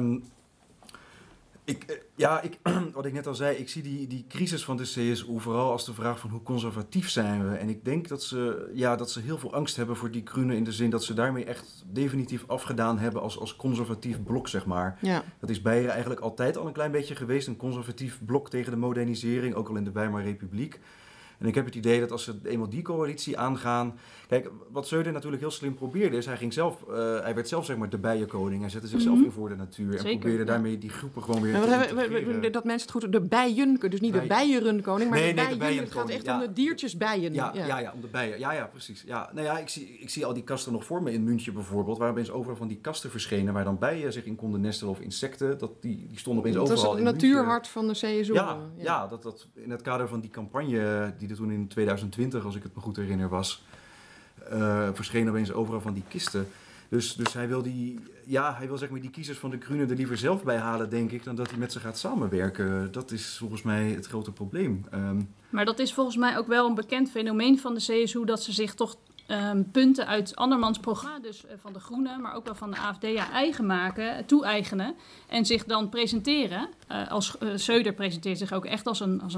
Wat ik net al zei, ik zie die crisis van de CSU vooral als de vraag van hoe conservatief zijn we. En ik denk dat ze heel veel angst hebben voor die groenen in de zin dat ze daarmee echt definitief afgedaan hebben als conservatief blok, zeg maar. Ja. Dat is Beieren eigenlijk altijd al een klein beetje geweest, een conservatief blok tegen de modernisering, ook al in de Weimar Republiek. En ik heb het idee dat als ze eenmaal die coalitie aangaan. Kijk, wat Söder natuurlijk heel slim probeerde is, hij werd zelf zeg maar de bijenkoning. Hij zette zichzelf in voor de natuur. Zeker, en probeerde daarmee die groepen gewoon weer te integreren. Dat mensen het goed, de bijen, dus niet de bijenkoning, maar de bijen. Het gaat echt om de diertjesbijen. Ja, om de bijen. Ja, precies. Ja, nou ja, ik zie al die kasten nog voor me in München bijvoorbeeld, waar opeens overal van die kasten verschenen, waar dan bijen zich in konden nestelen of insecten. Die stonden opeens overal in München. Dat is het natuurhart van de CSU. Ja, dat in het kader van die campagne die er toen in 2020, als ik het me goed herinner, was, verschenen opeens overal van die kisten. Dus hij wil zeg maar die kiezers van de Groenen er liever zelf bij halen, denk ik, dan dat hij met ze gaat samenwerken. Dat is volgens mij het grote probleem. Maar dat is volgens mij ook wel een bekend fenomeen van de CSU, dat ze zich toch punten uit andermans programma, dus van de Groenen, maar ook wel van de AfD, eigen maken, toe-eigenen en zich dan presenteren. Söder presenteert zich ook echt als een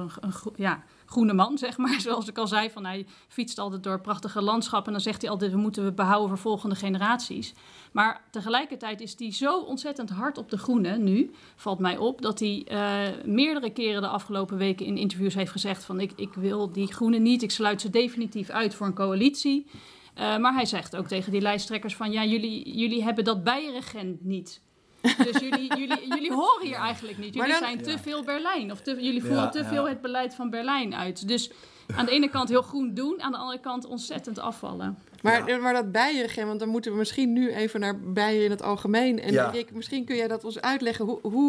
groene man, zeg maar. Zoals ik al zei, hij fietst altijd door prachtige landschappen en dan zegt hij altijd, we moeten behouden voor volgende generaties. Maar tegelijkertijd is hij zo ontzettend hard op de groenen nu, valt mij op, dat hij meerdere keren de afgelopen weken in interviews heeft gezegd van ik wil die groenen niet, ik sluit ze definitief uit voor een coalitie. Maar hij zegt ook tegen die lijsttrekkers van jullie hebben dat bijenregent niet. Dus jullie horen hier eigenlijk niet. Jullie zijn te veel Berlijn. Of jullie voeren te veel het beleid van Berlijn uit. Dus aan de ene kant heel groen doen, aan de andere kant ontzettend afvallen. Maar dat bijenregent, want dan moeten we misschien nu even naar bijen in het algemeen. En Rick, misschien kun jij dat ons uitleggen.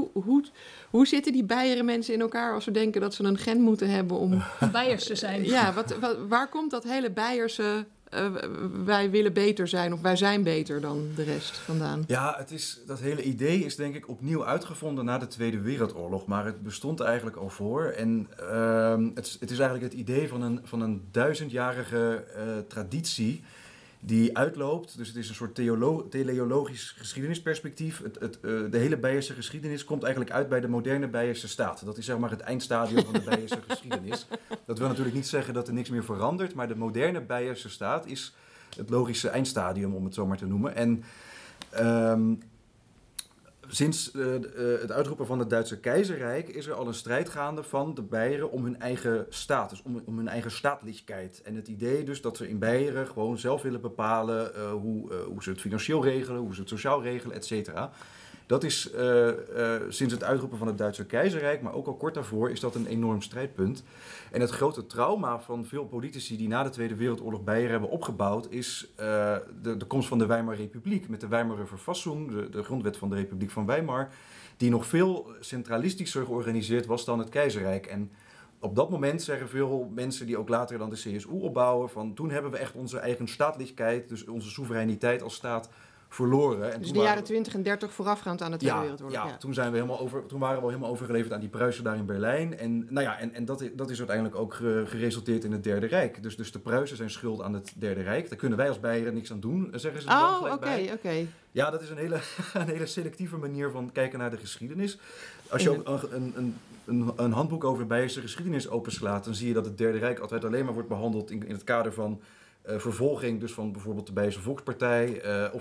Hoe zitten die Beieren mensen in elkaar als ze denken dat ze een gen moeten hebben om Beiers te zijn? Ja, waar komt dat hele Beierse wij willen beter zijn of wij zijn beter dan de rest vandaan? Ja, dat hele idee is denk ik opnieuw uitgevonden na de Tweede Wereldoorlog, maar het bestond eigenlijk al voor. En het is eigenlijk het idee van een 1000-jarige traditie die uitloopt. Dus het is een soort teleologisch geschiedenisperspectief. De hele Beierse geschiedenis komt eigenlijk uit bij de moderne Beierse staat. Dat is zeg maar het eindstadium van de Beierse geschiedenis. Dat wil natuurlijk niet zeggen dat er niks meer verandert, maar de moderne Beierse staat is het logische eindstadium, om het zo maar te noemen. En sinds het uitroepen van het Duitse keizerrijk is er al een strijd gaande van de Beieren om hun eigen status, om hun eigen staatlichkeit. En het idee dus dat ze in Beieren gewoon zelf willen bepalen hoe ze het financieel regelen, hoe ze het sociaal regelen, et cetera. Dat is sinds het uitroepen van het Duitse keizerrijk, maar ook al kort daarvoor, is dat een enorm strijdpunt. En het grote trauma van veel politici die na de Tweede Wereldoorlog Beieren hebben opgebouwd, is de komst van de Weimar Republiek met de Weimarer Verfassung, de grondwet van de Republiek van Weimar, die nog veel centralistischer georganiseerd was dan het keizerrijk. En op dat moment zeggen veel mensen die ook later dan de CSU opbouwen van toen hebben we echt onze eigen staatlichkeit, dus onze soevereiniteit als staat, verloren. En Dus toen de jaren 20 en 30 voorafgaand aan de Tweede Wereldoorlog. Ja, toen waren we helemaal overgeleverd aan die Pruisen daar in Berlijn. En, dat is uiteindelijk ook geresulteerd in het Derde Rijk. Dus de Pruisen zijn schuld aan het Derde Rijk. Daar kunnen wij als Beieren niks aan doen, zeggen ze er dan gelijk bij. Oké. Ja, dat is een hele selectieve manier van kijken naar de geschiedenis. Als je ook een handboek over Beierse geschiedenis openslaat, dan zie je dat het Derde Rijk altijd alleen maar wordt behandeld in het kader van vervolging, dus van bijvoorbeeld de Beierse Volkspartij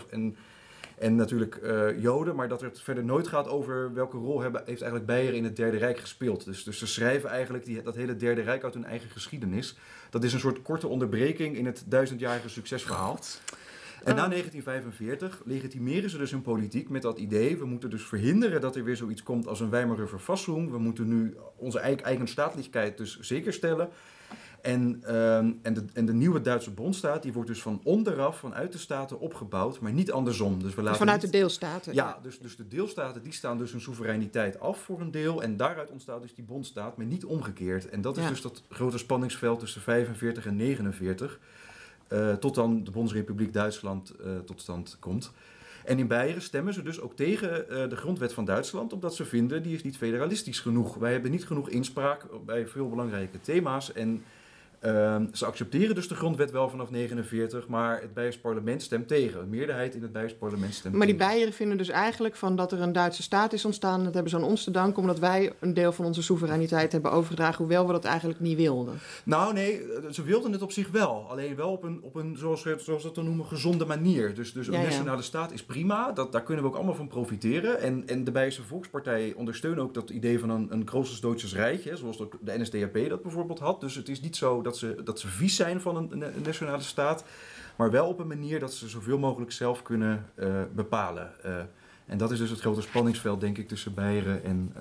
en natuurlijk Joden, maar dat het verder nooit gaat over welke rol heeft eigenlijk Beieren in het Derde Rijk gespeeld. Dus ze schrijven eigenlijk dat hele Derde Rijk uit hun eigen geschiedenis. Dat is een soort korte onderbreking in het 1000-jarige succesverhaal. En na 1945 legitimeren ze dus hun politiek met dat idee. We moeten dus verhinderen dat er weer zoiets komt als een Weimarer Verfassung. We moeten nu onze eigen staatlichkeit dus zekerstellen. En de nieuwe Duitse Bondstaat die wordt dus van onderaf, vanuit de staten opgebouwd, maar niet andersom. Dus vanuit de deelstaten? Ja, dus de deelstaten die staan dus hun soevereiniteit af voor een deel. En daaruit ontstaat dus die Bondstaat, maar niet omgekeerd. En dat is dus dat grote spanningsveld tussen 45 en 49. Tot dan de Bondsrepubliek Duitsland tot stand komt. En in Beieren stemmen ze dus ook tegen de grondwet van Duitsland, omdat ze vinden die is niet federalistisch genoeg. Wij hebben niet genoeg inspraak bij veel belangrijke thema's. En ze accepteren dus de grondwet wel vanaf 49, maar het Beiers parlement stemt tegen. Een meerderheid in het Beiers parlement stemt maar tegen. Die Beieren vinden dus eigenlijk van dat er een Duitse staat is ontstaan. Dat hebben ze aan ons te danken, omdat wij een deel van onze soevereiniteit hebben overgedragen, hoewel we dat eigenlijk niet wilden. Nou nee, ze wilden het op zich wel. Alleen wel op een zoals we dat dan noemen, gezonde manier. Dus een nationale staat is prima. Daar kunnen we ook allemaal van profiteren. En de Beierse Volkspartij ondersteunen ook dat idee van een Großes Deutsches Reich, hè, zoals de NSDAP dat bijvoorbeeld had. Dus het is niet zo dat ze vies zijn van een nationale staat, maar wel op een manier dat ze zoveel mogelijk zelf kunnen bepalen. En dat is dus het grote spanningsveld, denk ik, tussen Beieren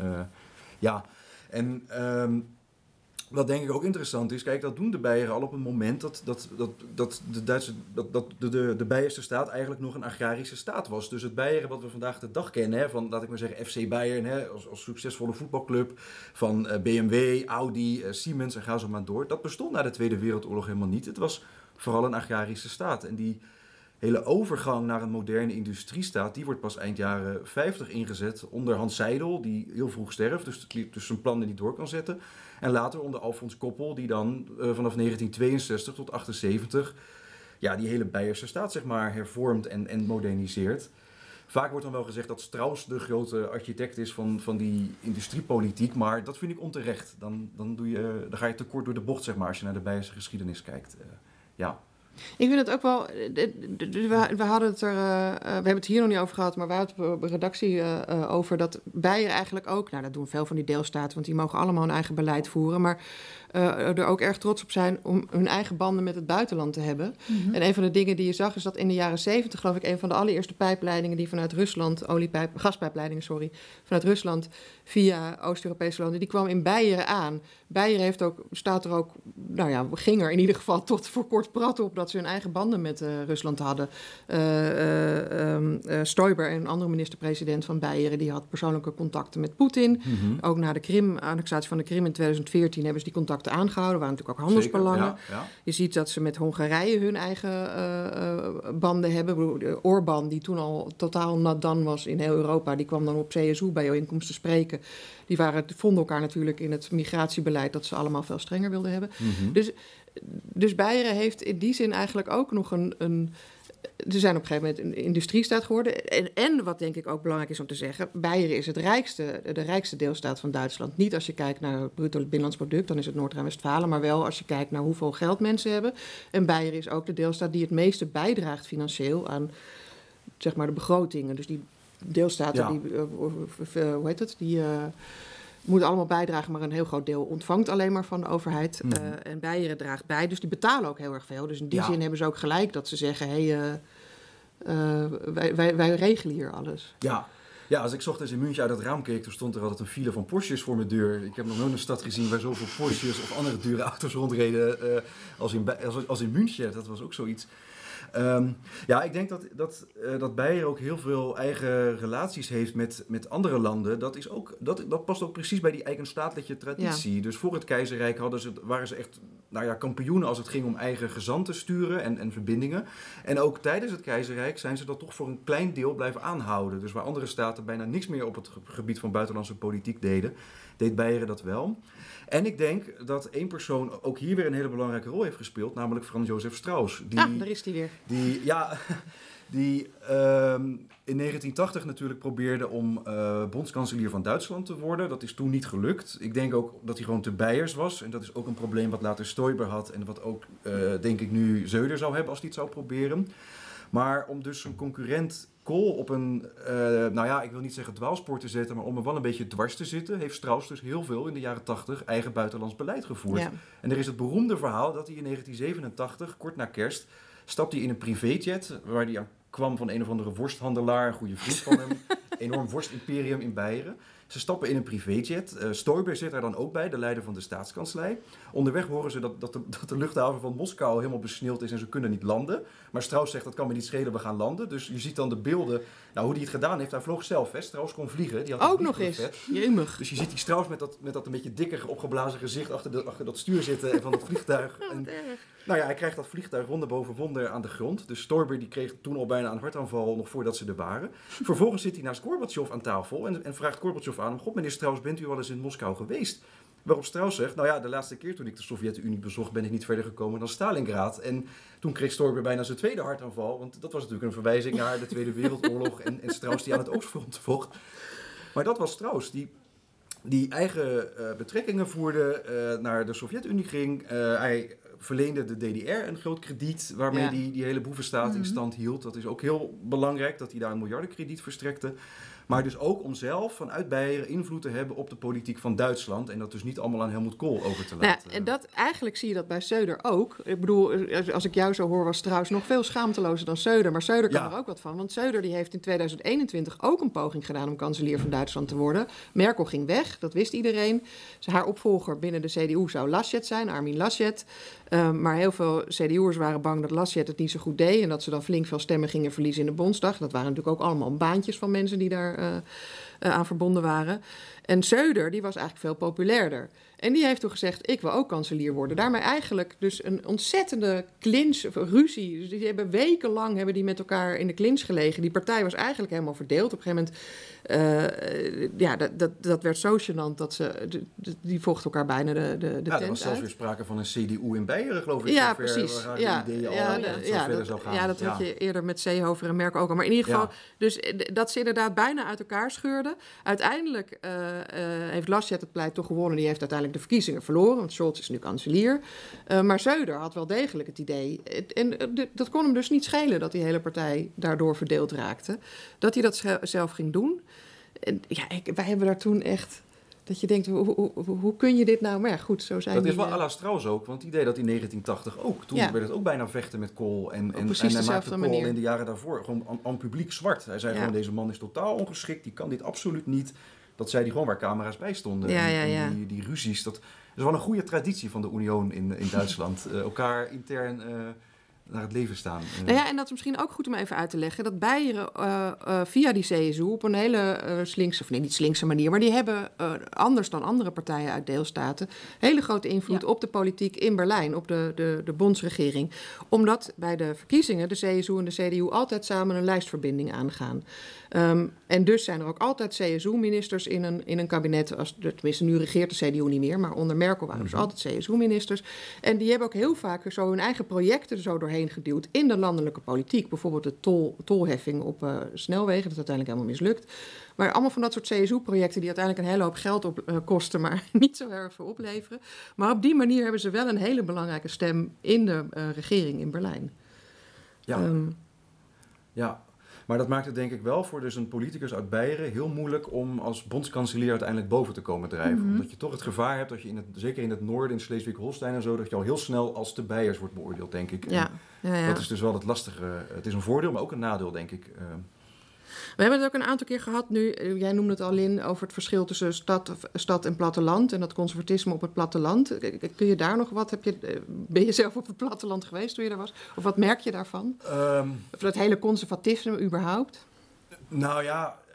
en wat denk ik ook interessant is, kijk, dat doen de Beieren al op een moment dat de Beierse staat eigenlijk nog een agrarische staat was. Dus het Beieren wat we vandaag de dag kennen, hè, van, laat ik maar zeggen, FC Bayern, hè, als succesvolle voetbalclub, van BMW, Audi, Siemens en ga zo maar door. Dat bestond na de Tweede Wereldoorlog helemaal niet. Het was vooral een agrarische staat. En die hele overgang naar een moderne industriestaat, die wordt pas eind jaren 50 ingezet onder Hans Seidel, die heel vroeg sterft, dus zijn plannen niet door kan zetten. En later onder Alfons Koppel, die dan vanaf 1962 tot 78 die hele Beierse staat zeg maar hervormt en moderniseert. Vaak wordt dan wel gezegd dat Strauss de grote architect is van die industriepolitiek, maar dat vind ik onterecht. Dan ga je te kort door de bocht, zeg maar, als je naar de Beierse geschiedenis kijkt. Ik vind het ook wel. We hadden het er. We hebben het hier nog niet over gehad, maar we hadden het op de redactie over dat Beieren eigenlijk ook. Nou, dat doen veel van die deelstaten, want die mogen allemaal hun eigen beleid voeren. Maar er ook erg trots op zijn om hun eigen banden met het buitenland te hebben. Mm-hmm. En een van de dingen die je zag is dat in de jaren 70, geloof ik, een van de allereerste pijpleidingen die vanuit Rusland, gaspijpleidingen, vanuit Rusland via Oost-Europese landen, die kwam in Beieren aan. Beieren staat er ook, ging er in ieder geval tot voor kort prat op dat ze hun eigen banden met Rusland hadden. Stoiber, een andere minister-president van Beieren, die had persoonlijke contacten met Poetin. Mm-hmm. Ook na de annexatie van de Krim in 2014 hebben ze die contacten aangehouden. Er waren natuurlijk ook handelsbelangen. Ja. Je ziet dat ze met Hongarije hun eigen banden hebben. Orbán, die toen al totaal nadan was in heel Europa, die kwam dan op CSU bijeenkomsten spreken. Die vonden elkaar natuurlijk in het migratiebeleid dat ze allemaal veel strenger wilden hebben. Mm-hmm. Dus Beieren heeft in die zin eigenlijk ook nog ze zijn op een gegeven moment een industriestaat geworden. En wat denk ik ook belangrijk is om te zeggen, Beieren is de rijkste deelstaat van Duitsland. Niet als je kijkt naar het bruto binnenlands product, dan is het Noord-Rijn-Westfalen, maar wel als je kijkt naar hoeveel geld mensen hebben. En Beieren is ook de deelstaat die het meeste bijdraagt financieel aan, zeg maar, de begrotingen. Dus die deelstaten, die moeten allemaal bijdragen, maar een heel groot deel ontvangt alleen maar van de overheid. Mm-hmm. En Beieren draagt bij, dus die betalen ook heel erg veel. Dus in die zin hebben ze ook gelijk dat ze zeggen, wij regelen hier alles. Ja, als ik ochtends in München uit het raam keek, toen stond er altijd een file van Porsches voor mijn deur. Ik heb nog nooit een stad gezien waar zoveel Porsches of andere dure auto's rondreden als in München. Dat was ook zoiets. Ik denk dat Beieren ook heel veel eigen relaties heeft met andere landen. Dat past ook precies bij die eigenstaatliche traditie. Ja. Dus voor het keizerrijk waren ze echt kampioenen als het ging om eigen gezant te sturen en verbindingen. En ook tijdens het keizerrijk zijn ze dat toch voor een klein deel blijven aanhouden. Dus waar andere staten bijna niks meer op het gebied van buitenlandse politiek deden, deed Beieren dat wel. En ik denk dat één persoon ook hier weer een hele belangrijke rol heeft gespeeld, namelijk Franz Josef Strauß. Daar is hij weer. Die in 1980 natuurlijk probeerde om bondskanselier van Duitsland te worden. Dat is toen niet gelukt. Ik denk ook dat hij gewoon te Beiers was. En dat is ook een probleem wat later Stoiber had. En wat ook, denk ik, nu Söder zou hebben als hij het zou proberen. Maar om dus een concurrent Kohl op een, ik wil niet zeggen dwaalspoor te zetten, maar om er wel een beetje dwars te zitten, heeft Strauß dus heel veel in de jaren 80 eigen buitenlands beleid gevoerd. Ja. En er is het beroemde verhaal dat hij in 1987, kort na kerst, stapte hij in een privéjet, waar hij aan kwam van een of andere worsthandelaar, een goede vriend van hem, enorm worstimperium in Beieren. Ze stappen in een privéjet. Stoiber zit daar dan ook bij, de leider van de staatskanslei. Onderweg horen ze dat de luchthaven van Moskou helemaal besneeuwd is en ze kunnen niet landen. Maar Strauß zegt, dat kan me niet schelen, we gaan landen. Dus je ziet dan de beelden, hoe hij het gedaan heeft. Hij vloog zelf, hè. Strauß kon vliegen. Die had ook nog eens, jemig. Dus je ziet die Strauß met dat een beetje dikker opgeblazen gezicht achter dat stuur zitten en van dat vliegtuig. En, hij krijgt dat vliegtuig wonder boven wonder aan de grond. Dus Stoiber die kreeg toen al bijna een hartaanval, nog voordat ze er waren. Vervolgens zit hij naast Gorbatsjov aan tafel en vraagt Gorbatsjov aan hem, God meneer Strauß, bent u wel eens in Moskou geweest? Waarop Strauß zegt, de laatste keer toen ik de Sovjet-Unie bezocht ben ik niet verder gekomen dan Stalingrad. En toen kreeg Stoiber bijna zijn tweede hartaanval, want dat was natuurlijk een verwijzing naar de Tweede Wereldoorlog en Strauß die aan het Oostfront vocht. Maar dat was Strauß, die eigen betrekkingen voerde, naar de Sovjet-Unie ging. Hij verleende de DDR een groot krediet waarmee die hele boevenstaat in stand hield. Dat is ook heel belangrijk, dat hij daar een miljardenkrediet verstrekte. Maar dus ook om zelf vanuit Beieren invloed te hebben op de politiek van Duitsland. En dat dus niet allemaal aan Helmut Kohl over te laten. En eigenlijk zie je dat bij Söder ook. Ik bedoel, als ik jou zo hoor, was Strauß nog veel schaamtelozer dan Söder. Maar Söder kan er ook wat van. Want Söder die heeft in 2021 ook een poging gedaan om kanselier van Duitsland te worden. Merkel ging weg, dat wist iedereen. Haar opvolger binnen de CDU zou Laschet zijn, Armin Laschet. Maar heel veel CDU'ers waren bang dat Laschet het niet zo goed deed. En dat ze dan flink veel stemmen gingen verliezen in de Bondsdag. Dat waren natuurlijk ook allemaal baantjes van mensen die daar aan verbonden waren. En Söder, die was eigenlijk veel populairder. En die heeft toen gezegd, ik wil ook kanselier worden. Daarmee eigenlijk dus een ontzettende ruzie. Dus die hebben wekenlang met elkaar in de clinch gelegen. Die partij was eigenlijk helemaal verdeeld. Op een gegeven moment, dat werd zo gênant dat die vochten elkaar bijna de tent uit. Er was zelfs weer sprake van een CDU in Beieren, geloof ik. Ja, precies. Dat had je eerder met Seehofer en Merkel ook al. Maar in ieder geval, dus dat ze inderdaad bijna uit elkaar scheurden. Uiteindelijk heeft Laschet het pleit toch gewonnen. Die heeft uiteindelijk de verkiezingen verloren, want Scholz is nu kanselier. Maar Söder had wel degelijk het idee. En dat kon hem dus niet schelen dat die hele partij daardoor verdeeld raakte. Dat hij dat zelf ging doen. En wij hebben daar toen echt, dat je denkt, hoe kun je dit nou? Maar ja, goed, zo zijn dat is wel à la Strauß ook, want het idee dat in 1980 ook. Toen werd het ook bijna vechten met Kohl. En hij maakte Kohl in de jaren daarvoor gewoon aan publiek zwart. Hij zei gewoon, deze man is totaal ongeschikt, die kan dit absoluut niet. Dat zei hij gewoon waar camera's bij stonden. En die ruzies, dat is wel een goede traditie van de Union in Duitsland. Elkaar intern naar het leven staan. En dat is misschien ook goed om even uit te leggen. Dat Beieren via die CSU op een hele slinkse, of nee, niet slinkse manier, maar die hebben anders dan andere partijen uit deelstaten hele grote invloed op de politiek in Berlijn, op de bondsregering. Omdat bij de verkiezingen de CSU en de CDU altijd samen een lijstverbinding aangaan. En dus zijn er ook altijd CSU-ministers in een kabinet. Tenminste, nu regeert de CDU niet meer, maar onder Merkel waren dus altijd CSU-ministers. En die hebben ook heel vaak zo hun eigen projecten er zo doorheen geduwd in de landelijke politiek. Bijvoorbeeld de tolheffing op snelwegen, dat is uiteindelijk helemaal mislukt. Maar allemaal van dat soort CSU-projecten die uiteindelijk een hele hoop geld kosten, maar niet zo erg veel opleveren. Maar op die manier hebben ze wel een hele belangrijke stem in de regering in Berlijn. Maar dat maakt het denk ik wel voor dus een politicus uit Beieren heel moeilijk om als bondskanselier uiteindelijk boven te komen drijven. Mm-hmm. Omdat je toch het gevaar hebt dat je zeker in het noorden, in Schleswig-Holstein en zo, dat je al heel snel als de Beiers wordt beoordeeld, denk ik. Dat is dus wel het lastige. Het is een voordeel, maar ook een nadeel, denk ik. We hebben het ook een aantal keer gehad nu, jij noemde het al, Lin, over het verschil tussen stad en platteland en dat conservatisme op het platteland. Kun je daar nog wat? Ben je zelf op het platteland geweest toen je daar was? Of wat merk je daarvan? Of dat hele conservatisme überhaupt? Nou ja,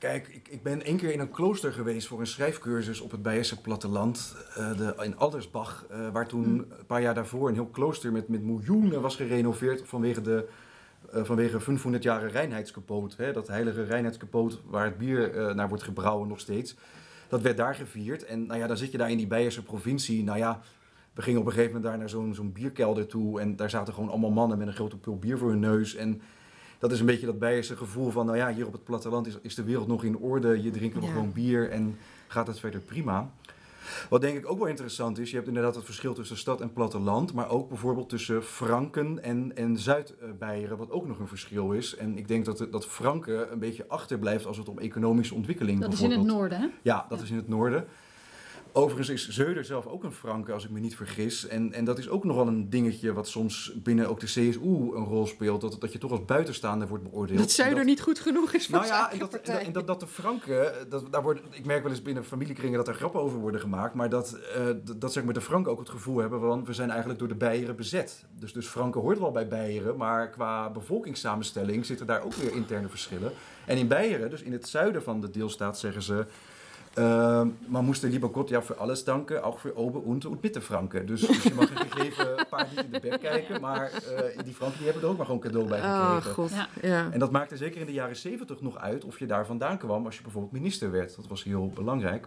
kijk, ik ben 1 keer in een klooster geweest voor een schrijfcursus op het Beierse platteland. In Aldersbach, waar toen een paar jaar daarvoor een heel klooster met miljoenen was gerenoveerd vanwege 500 jaar reinheidskapoot. Dat heilige reinheidskapoot waar het bier naar wordt gebrouwen nog steeds. Dat werd daar gevierd. En dan zit je daar in die Beierse provincie. We gingen op een gegeven moment daar naar zo'n bierkelder toe. En daar zaten gewoon allemaal mannen met een grote pul bier voor hun neus. En dat is een beetje dat Beierse gevoel van, hier op het platteland is de wereld nog in orde. Je drinkt nog gewoon bier en gaat het verder prima. Wat denk ik ook wel interessant is, je hebt inderdaad het verschil tussen stad en platteland, maar ook bijvoorbeeld tussen Franken en Zuid-Beieren, wat ook nog een verschil is. En ik denk dat Franken een beetje achterblijft als het om economische ontwikkeling gaat. Dat is in het noorden, hè? Ja, dat is in het noorden. Overigens is Zöder zelf ook een Franke, als ik me niet vergis. En dat is ook nogal een dingetje wat soms binnen ook de CSU een rol speelt. Dat je toch als buitenstaander wordt beoordeeld. Dat Zöder niet goed genoeg is voor zijn eigen partij. En dat de Franken, ik merk wel eens binnen familiekringen dat er grappen over worden gemaakt. Maar dat zeg maar de Franken ook het gevoel hebben van we zijn eigenlijk door de Beieren bezet. Dus Franken hoort wel bij Beieren, maar qua bevolkingssamenstelling zitten daar ook weer interne verschillen. En in Beieren, dus in het zuiden van de deelstaat, zeggen ze man moest lieber Gott voor alles danken, ook voor oben, unten en Mittelfranken. Dus je mag een gegeven paard niet in de bek kijken, maar die Franken die hebben er ook maar gewoon cadeau bij gekregen. Oh, God. Ja. En dat maakte zeker in de jaren 70 nog uit of je daar vandaan kwam als je bijvoorbeeld minister werd. Dat was heel belangrijk.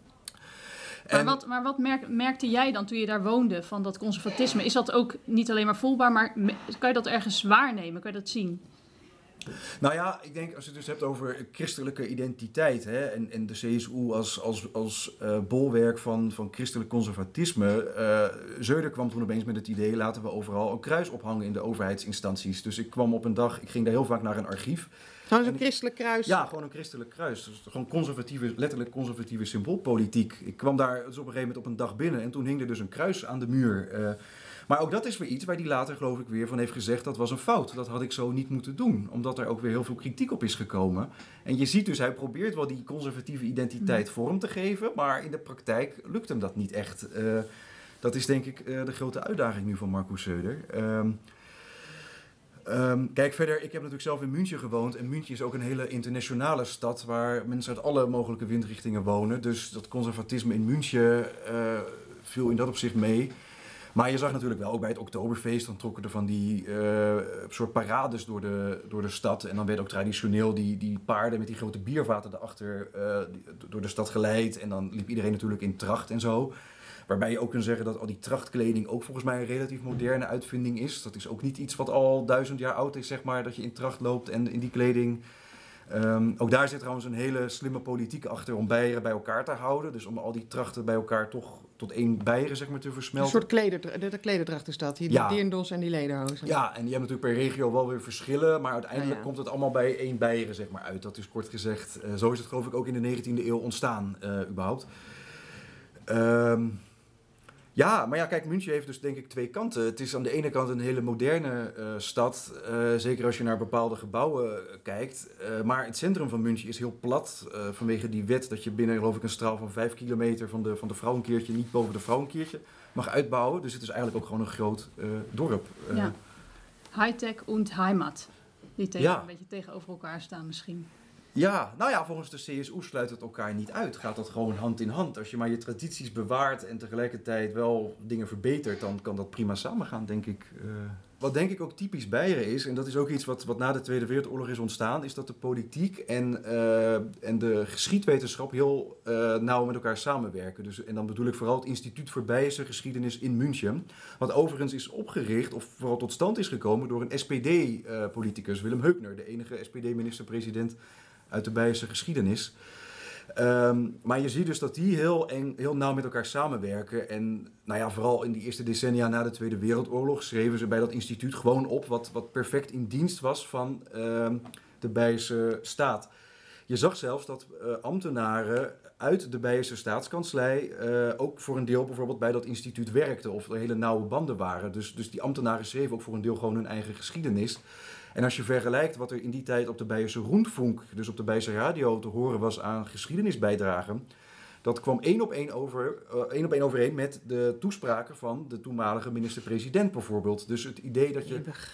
Maar wat merkte jij dan toen je daar woonde van dat conservatisme? Is dat ook niet alleen maar voelbaar, maar kan je dat ergens waarnemen? Kan je dat zien? Ik denk als je het dus hebt over christelijke identiteit en de CSU als bolwerk van christelijk conservatisme. Zöder kwam toen opeens met het idee, laten we overal een kruis ophangen in de overheidsinstanties. Dus ik kwam op een dag, ik ging daar heel vaak naar een archief. Gewoon zo'n christelijk kruis? Ja, gewoon een christelijk kruis. Dus gewoon letterlijk conservatieve symboolpolitiek. Ik kwam daar dus op een gegeven moment op een dag binnen en toen hing er dus een kruis aan de muur. Maar ook dat is weer iets waar hij later geloof ik weer van heeft gezegd dat was een fout. Dat had ik zo niet moeten doen. Omdat er ook weer heel veel kritiek op is gekomen. En je ziet dus, hij probeert wel die conservatieve identiteit vorm te geven. Maar in de praktijk lukt hem dat niet echt. Dat is denk ik de grote uitdaging nu van Markus Zöder. Kijk, verder, ik heb natuurlijk zelf in München gewoond. En München is ook een hele internationale stad waar mensen uit alle mogelijke windrichtingen wonen. Dus dat conservatisme in München viel in dat opzicht mee. Maar je zag natuurlijk wel ook bij het Oktoberfeest, dan trokken er van die soort parades door de stad. En dan werd ook traditioneel die paarden met die grote biervaten daarachter door de stad geleid. En dan liep iedereen natuurlijk in tracht en zo. Waarbij je ook kunt zeggen dat al die trachtkleding ook volgens mij een relatief moderne uitvinding is. Dat is ook niet iets wat al 1000 jaar oud is, zeg maar, dat je in tracht loopt en in die kleding. Ook daar zit trouwens een hele slimme politiek achter om Beieren bij elkaar te houden. Dus om al die trachten bij elkaar toch tot één Beieren zeg maar, te versmelten. Een soort klederdracht is dat, die dierendos en die lederhozen. Ja, en die hebben natuurlijk per regio wel weer verschillen, maar uiteindelijk komt het allemaal bij één Beieren zeg maar, uit. Dat is kort gezegd. Zo is het geloof ik ook in de 19e eeuw ontstaan überhaupt. Maar kijk, München heeft dus denk ik twee kanten. Het is aan de ene kant een hele moderne stad, zeker als je naar bepaalde gebouwen kijkt. Maar het centrum van München is heel plat vanwege die wet dat je binnen geloof ik een straal van 5 kilometer van de Vrouwenkirche niet boven de Vrouwenkirche mag uitbouwen. Dus het is eigenlijk ook gewoon een groot dorp. Hightech en Heimat, die een beetje tegenover elkaar staan misschien. Ja, volgens de CSU sluit het elkaar niet uit. Gaat dat gewoon hand in hand. Als je maar je tradities bewaart en tegelijkertijd wel dingen verbetert, dan kan dat prima samengaan, denk ik. Wat denk ik ook typisch Beieren is, en dat is ook iets wat na de Tweede Wereldoorlog is ontstaan, is dat de politiek en de geschiedwetenschap heel nauw met elkaar samenwerken. Dus, en dan bedoel ik vooral het Instituut voor Beierse Geschiedenis in München. Wat overigens is opgericht, of vooral tot stand is gekomen door een SPD-politicus, Willem Heubner, de enige SPD-minister-president uit de Beierse geschiedenis. Maar je ziet dus dat die heel nauw met elkaar samenwerken. En vooral in die eerste decennia na de Tweede Wereldoorlog schreven ze bij dat instituut gewoon op wat perfect in dienst was van de Beierse staat. Je zag zelfs dat ambtenaren uit de Beierse staatskanslei ook voor een deel bijvoorbeeld bij dat instituut werkten of er hele nauwe banden waren. Dus die ambtenaren schreven ook voor een deel gewoon hun eigen geschiedenis. En als je vergelijkt wat er in die tijd op de Beierse Rundfunk, dus op de Beierse radio, te horen was aan geschiedenisbijdragen, dat kwam één op één overeen met de toespraken van de toenmalige minister-president bijvoorbeeld. Dus het idee dat je...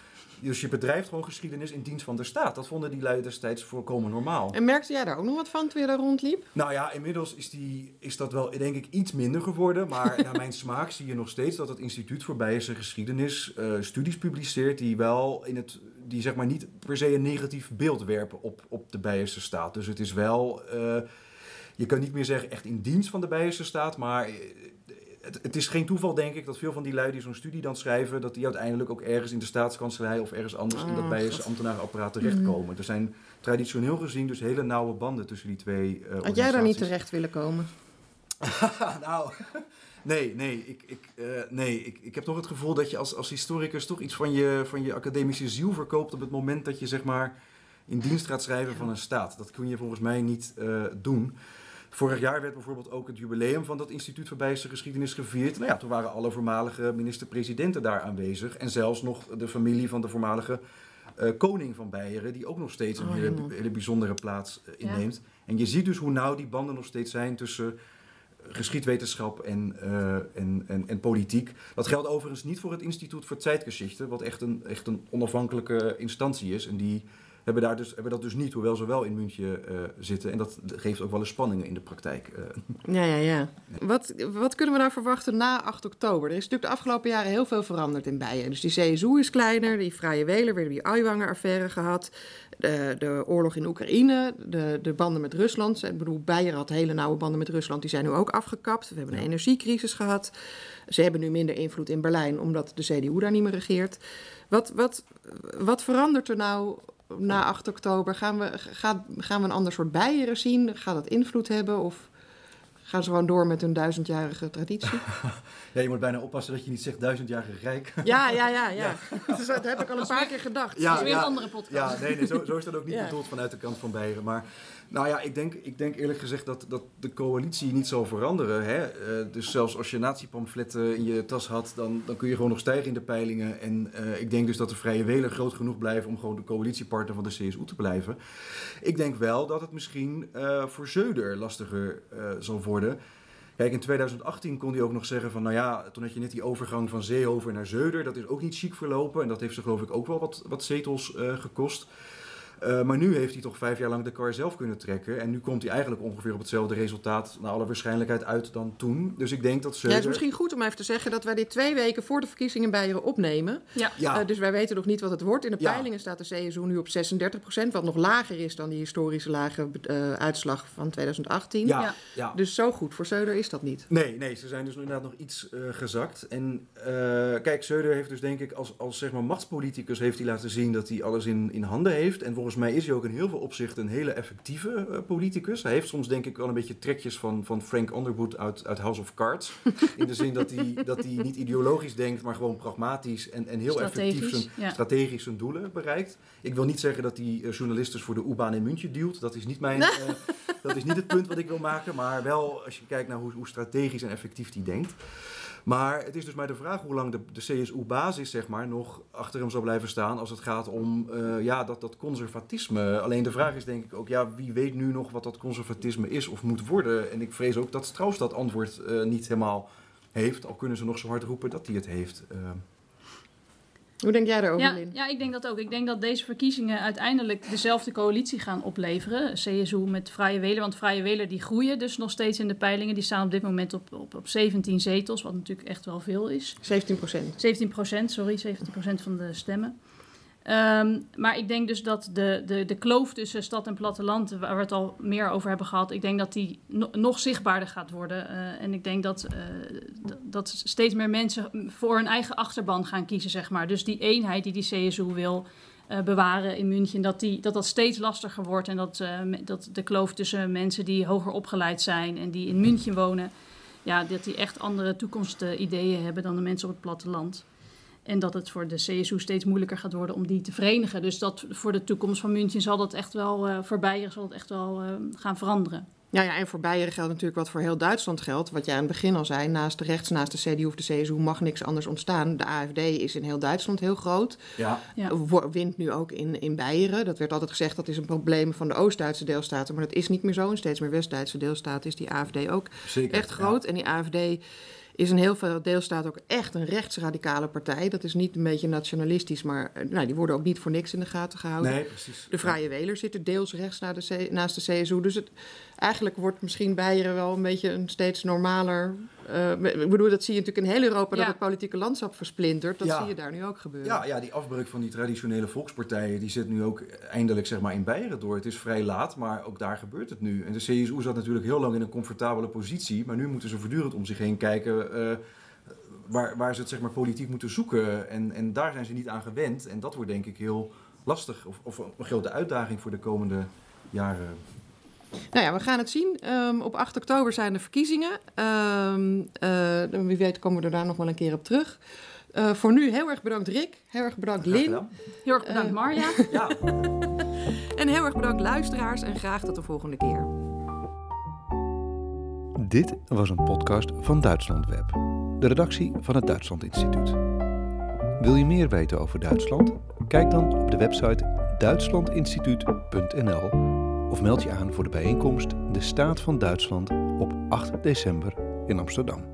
Dus je bedrijft gewoon geschiedenis in dienst van de staat. Dat vonden die lui destijds volkomen normaal. En merkte jij daar ook nog wat van toen je daar rondliep? Nou ja, inmiddels is dat wel, denk ik, iets minder geworden. Maar naar mijn smaak zie je nog steeds dat het Instituut voor Beierse Geschiedenis studies publiceert die zeg maar niet per se een negatief beeld werpen op de Beierse staat. Dus het is wel, je kan niet meer zeggen echt in dienst van de Beierse staat, maar het is geen toeval, denk ik, dat veel van die lui die zo'n studie dan schrijven, dat die uiteindelijk ook ergens in de staatskanselij of ergens anders in dat Beierse ambtenarenapparaat terechtkomen. Er zijn traditioneel gezien dus hele nauwe banden tussen die twee organisaties. Had jij daar niet terecht willen komen? Nou, nee. Ik heb toch het gevoel dat je als historicus toch iets van je academische ziel verkoopt op het moment dat je zeg maar in dienst gaat schrijven van een staat. Dat kun je volgens mij niet doen. Vorig jaar werd bijvoorbeeld ook het jubileum van dat Instituut voor Beierse Geschiedenis gevierd. Nou ja, toen waren alle voormalige minister-presidenten daar aanwezig. En zelfs nog de familie van de voormalige koning van Beieren, die ook nog steeds een hele bijzondere plaats inneemt. Ja. En je ziet dus hoe nauw die banden nog steeds zijn tussen geschiedwetenschap en politiek. Dat geldt overigens niet voor het Instituut voor Zeitgeschichte, wat echt een onafhankelijke instantie is. En die hebben dat dus niet, hoewel ze wel in München zitten. En dat geeft ook wel eens spanningen in de praktijk. Ja. Wat kunnen we nou verwachten na 8 oktober? Er is natuurlijk de afgelopen jaren heel veel veranderd in Beieren. Dus die CSU is kleiner, die Vrije Wähler, we hebben die Aiwanger-affaire gehad. De oorlog in Oekraïne, de banden met Rusland. Ik bedoel, Beieren had hele nauwe banden met Rusland, die zijn nu ook afgekapt. We hebben een energiecrisis gehad. Ze hebben nu minder invloed in Berlijn, omdat de CDU daar niet meer regeert. Wat verandert er nou na 8 oktober? Gaan we een ander soort Beieren zien? Gaat dat invloed hebben? Of gaan ze gewoon door met hun 1000-jarige traditie? Ja, je moet bijna oppassen dat je niet zegt 1000-jarige rijk. Ja. Dus dat heb ik al een paar keer gedacht. Dat is weer een andere podcast. Ja, nee, zo is dat ook niet bedoeld vanuit de kant van Beieren. Maar nou ja, ik denk eerlijk gezegd dat de coalitie niet zal veranderen. Hè? Dus zelfs als je nazi-pamfletten in je tas had, dan kun je gewoon nog stijgen in de peilingen. En ik denk dus dat de Vrije Wähler groot genoeg blijven om gewoon de coalitiepartner van de CSU te blijven. Ik denk wel dat het misschien voor Söder lastiger zal worden. Kijk, in 2018 kon hij ook nog zeggen van, nou ja, toen had je net die overgang van Seehofer naar Söder. Dat is ook niet chic verlopen en dat heeft ze geloof ik ook wel wat zetels gekost. Maar nu heeft hij toch 5 jaar lang de kar zelf kunnen trekken. En nu komt hij eigenlijk ongeveer op hetzelfde resultaat naar alle waarschijnlijkheid uit dan toen. Dus ik denk dat Söder... Ja, het is misschien goed om even te zeggen dat wij dit 2 weken voor de verkiezingen in Beieren opnemen. Ja. Dus wij weten nog niet wat het wordt. In de peilingen staat de CSU nu op 36%, wat nog lager is dan die historische lage uitslag van 2018. Ja. Dus zo goed voor Söder is dat niet. Nee, ze zijn dus inderdaad nog iets gezakt. En kijk, Söder heeft dus denk ik als zeg maar machtspoliticus heeft hij laten zien dat hij alles in handen heeft. En volgens mij is hij ook in heel veel opzichten een hele effectieve politicus. Hij heeft soms denk ik wel een beetje trekjes van Frank Underwood uit House of Cards. In de zin dat hij niet ideologisch denkt, maar gewoon pragmatisch en heel effectief strategisch zijn doelen bereikt. Ik wil niet zeggen dat hij journalisten voor de U-baan in München duwt. Dat is niet dat is niet het punt wat ik wil maken. Maar wel als je kijkt naar hoe strategisch en effectief hij denkt. Maar het is dus maar de vraag hoe lang de CSU-basis zeg maar, nog achter hem zal blijven staan als het gaat om dat conservatisme. Alleen de vraag is denk ik ook, wie weet nu nog wat dat conservatisme is of moet worden? En ik vrees ook dat Strauss dat antwoord niet helemaal heeft, al kunnen ze nog zo hard roepen dat hij het heeft. Hoe denk jij daarover, Lin? Ja, ik denk dat ook. Ik denk dat deze verkiezingen uiteindelijk dezelfde coalitie gaan opleveren. CSU met Vrije Wähler, want Vrije Wähler die groeien dus nog steeds in de peilingen. Die staan op dit moment op 17 zetels, wat natuurlijk echt wel veel is. 17%. 17% van de stemmen. Maar ik denk dus dat de kloof tussen stad en platteland, waar we het al meer over hebben gehad, ik denk dat die nog zichtbaarder gaat worden. En ik denk dat steeds meer mensen voor hun eigen achterban gaan kiezen, zeg maar. Dus die eenheid die CSU wil bewaren in München, dat steeds lastiger wordt. En dat de kloof tussen mensen die hoger opgeleid zijn en die in München wonen, dat die echt andere toekomstideeën hebben dan de mensen op het platteland. En dat het voor de CSU steeds moeilijker gaat worden om die te verenigen. Dus dat voor de toekomst van München zal dat echt wel, voor Beieren zal het echt wel gaan veranderen. Ja, en voor Beieren geldt natuurlijk wat voor heel Duitsland geldt. Wat jij aan het begin al zei, naast de CDU of de CSU mag niks anders ontstaan. De AfD is in heel Duitsland heel groot. Ja. Wint nu ook in Beieren. Dat werd altijd gezegd, dat is een probleem van de Oost-Duitse deelstaten. Maar dat is niet meer zo. In steeds meer West-Duitse deelstaten is die AfD ook echt groot. Ja. En die AfD is in heel veel deelstaten ook echt een rechtsradicale partij. Dat is niet een beetje nationalistisch, maar die worden ook niet voor niks in de gaten gehouden. Nee, precies. De Vrije Wähler zitten deels rechts naast de CSU. Dus eigenlijk wordt misschien Beieren wel een beetje een steeds normaler... ik bedoel, dat zie je natuurlijk in heel Europa, dat het politieke landschap versplintert. Dat zie je daar nu ook gebeuren. Ja, die afbreuk van die traditionele volkspartijen, die zit nu ook eindelijk zeg maar in Beieren door. Het is vrij laat, maar ook daar gebeurt het nu. En de CSU zat natuurlijk heel lang in een comfortabele positie, maar nu moeten ze voortdurend om zich heen kijken waar ze het zeg maar politiek moeten zoeken. En daar zijn ze niet aan gewend. En dat wordt denk ik heel lastig of een grote uitdaging voor de komende jaren. Nou ja, we gaan het zien. Op 8 oktober zijn de verkiezingen. Wie weet komen we er daar nog wel een keer op terug. Voor nu heel erg bedankt Rick. Heel erg bedankt Lin. Heel erg bedankt Marja. Ja. En heel erg bedankt luisteraars en graag tot de volgende keer. Dit was een podcast van Duitslandweb, de redactie van het Duitsland Instituut. Wil je meer weten over Duitsland? Kijk dan op de website duitslandinstituut.nl of meld je aan voor de bijeenkomst De Staat van Duitsland op 8 december in Amsterdam.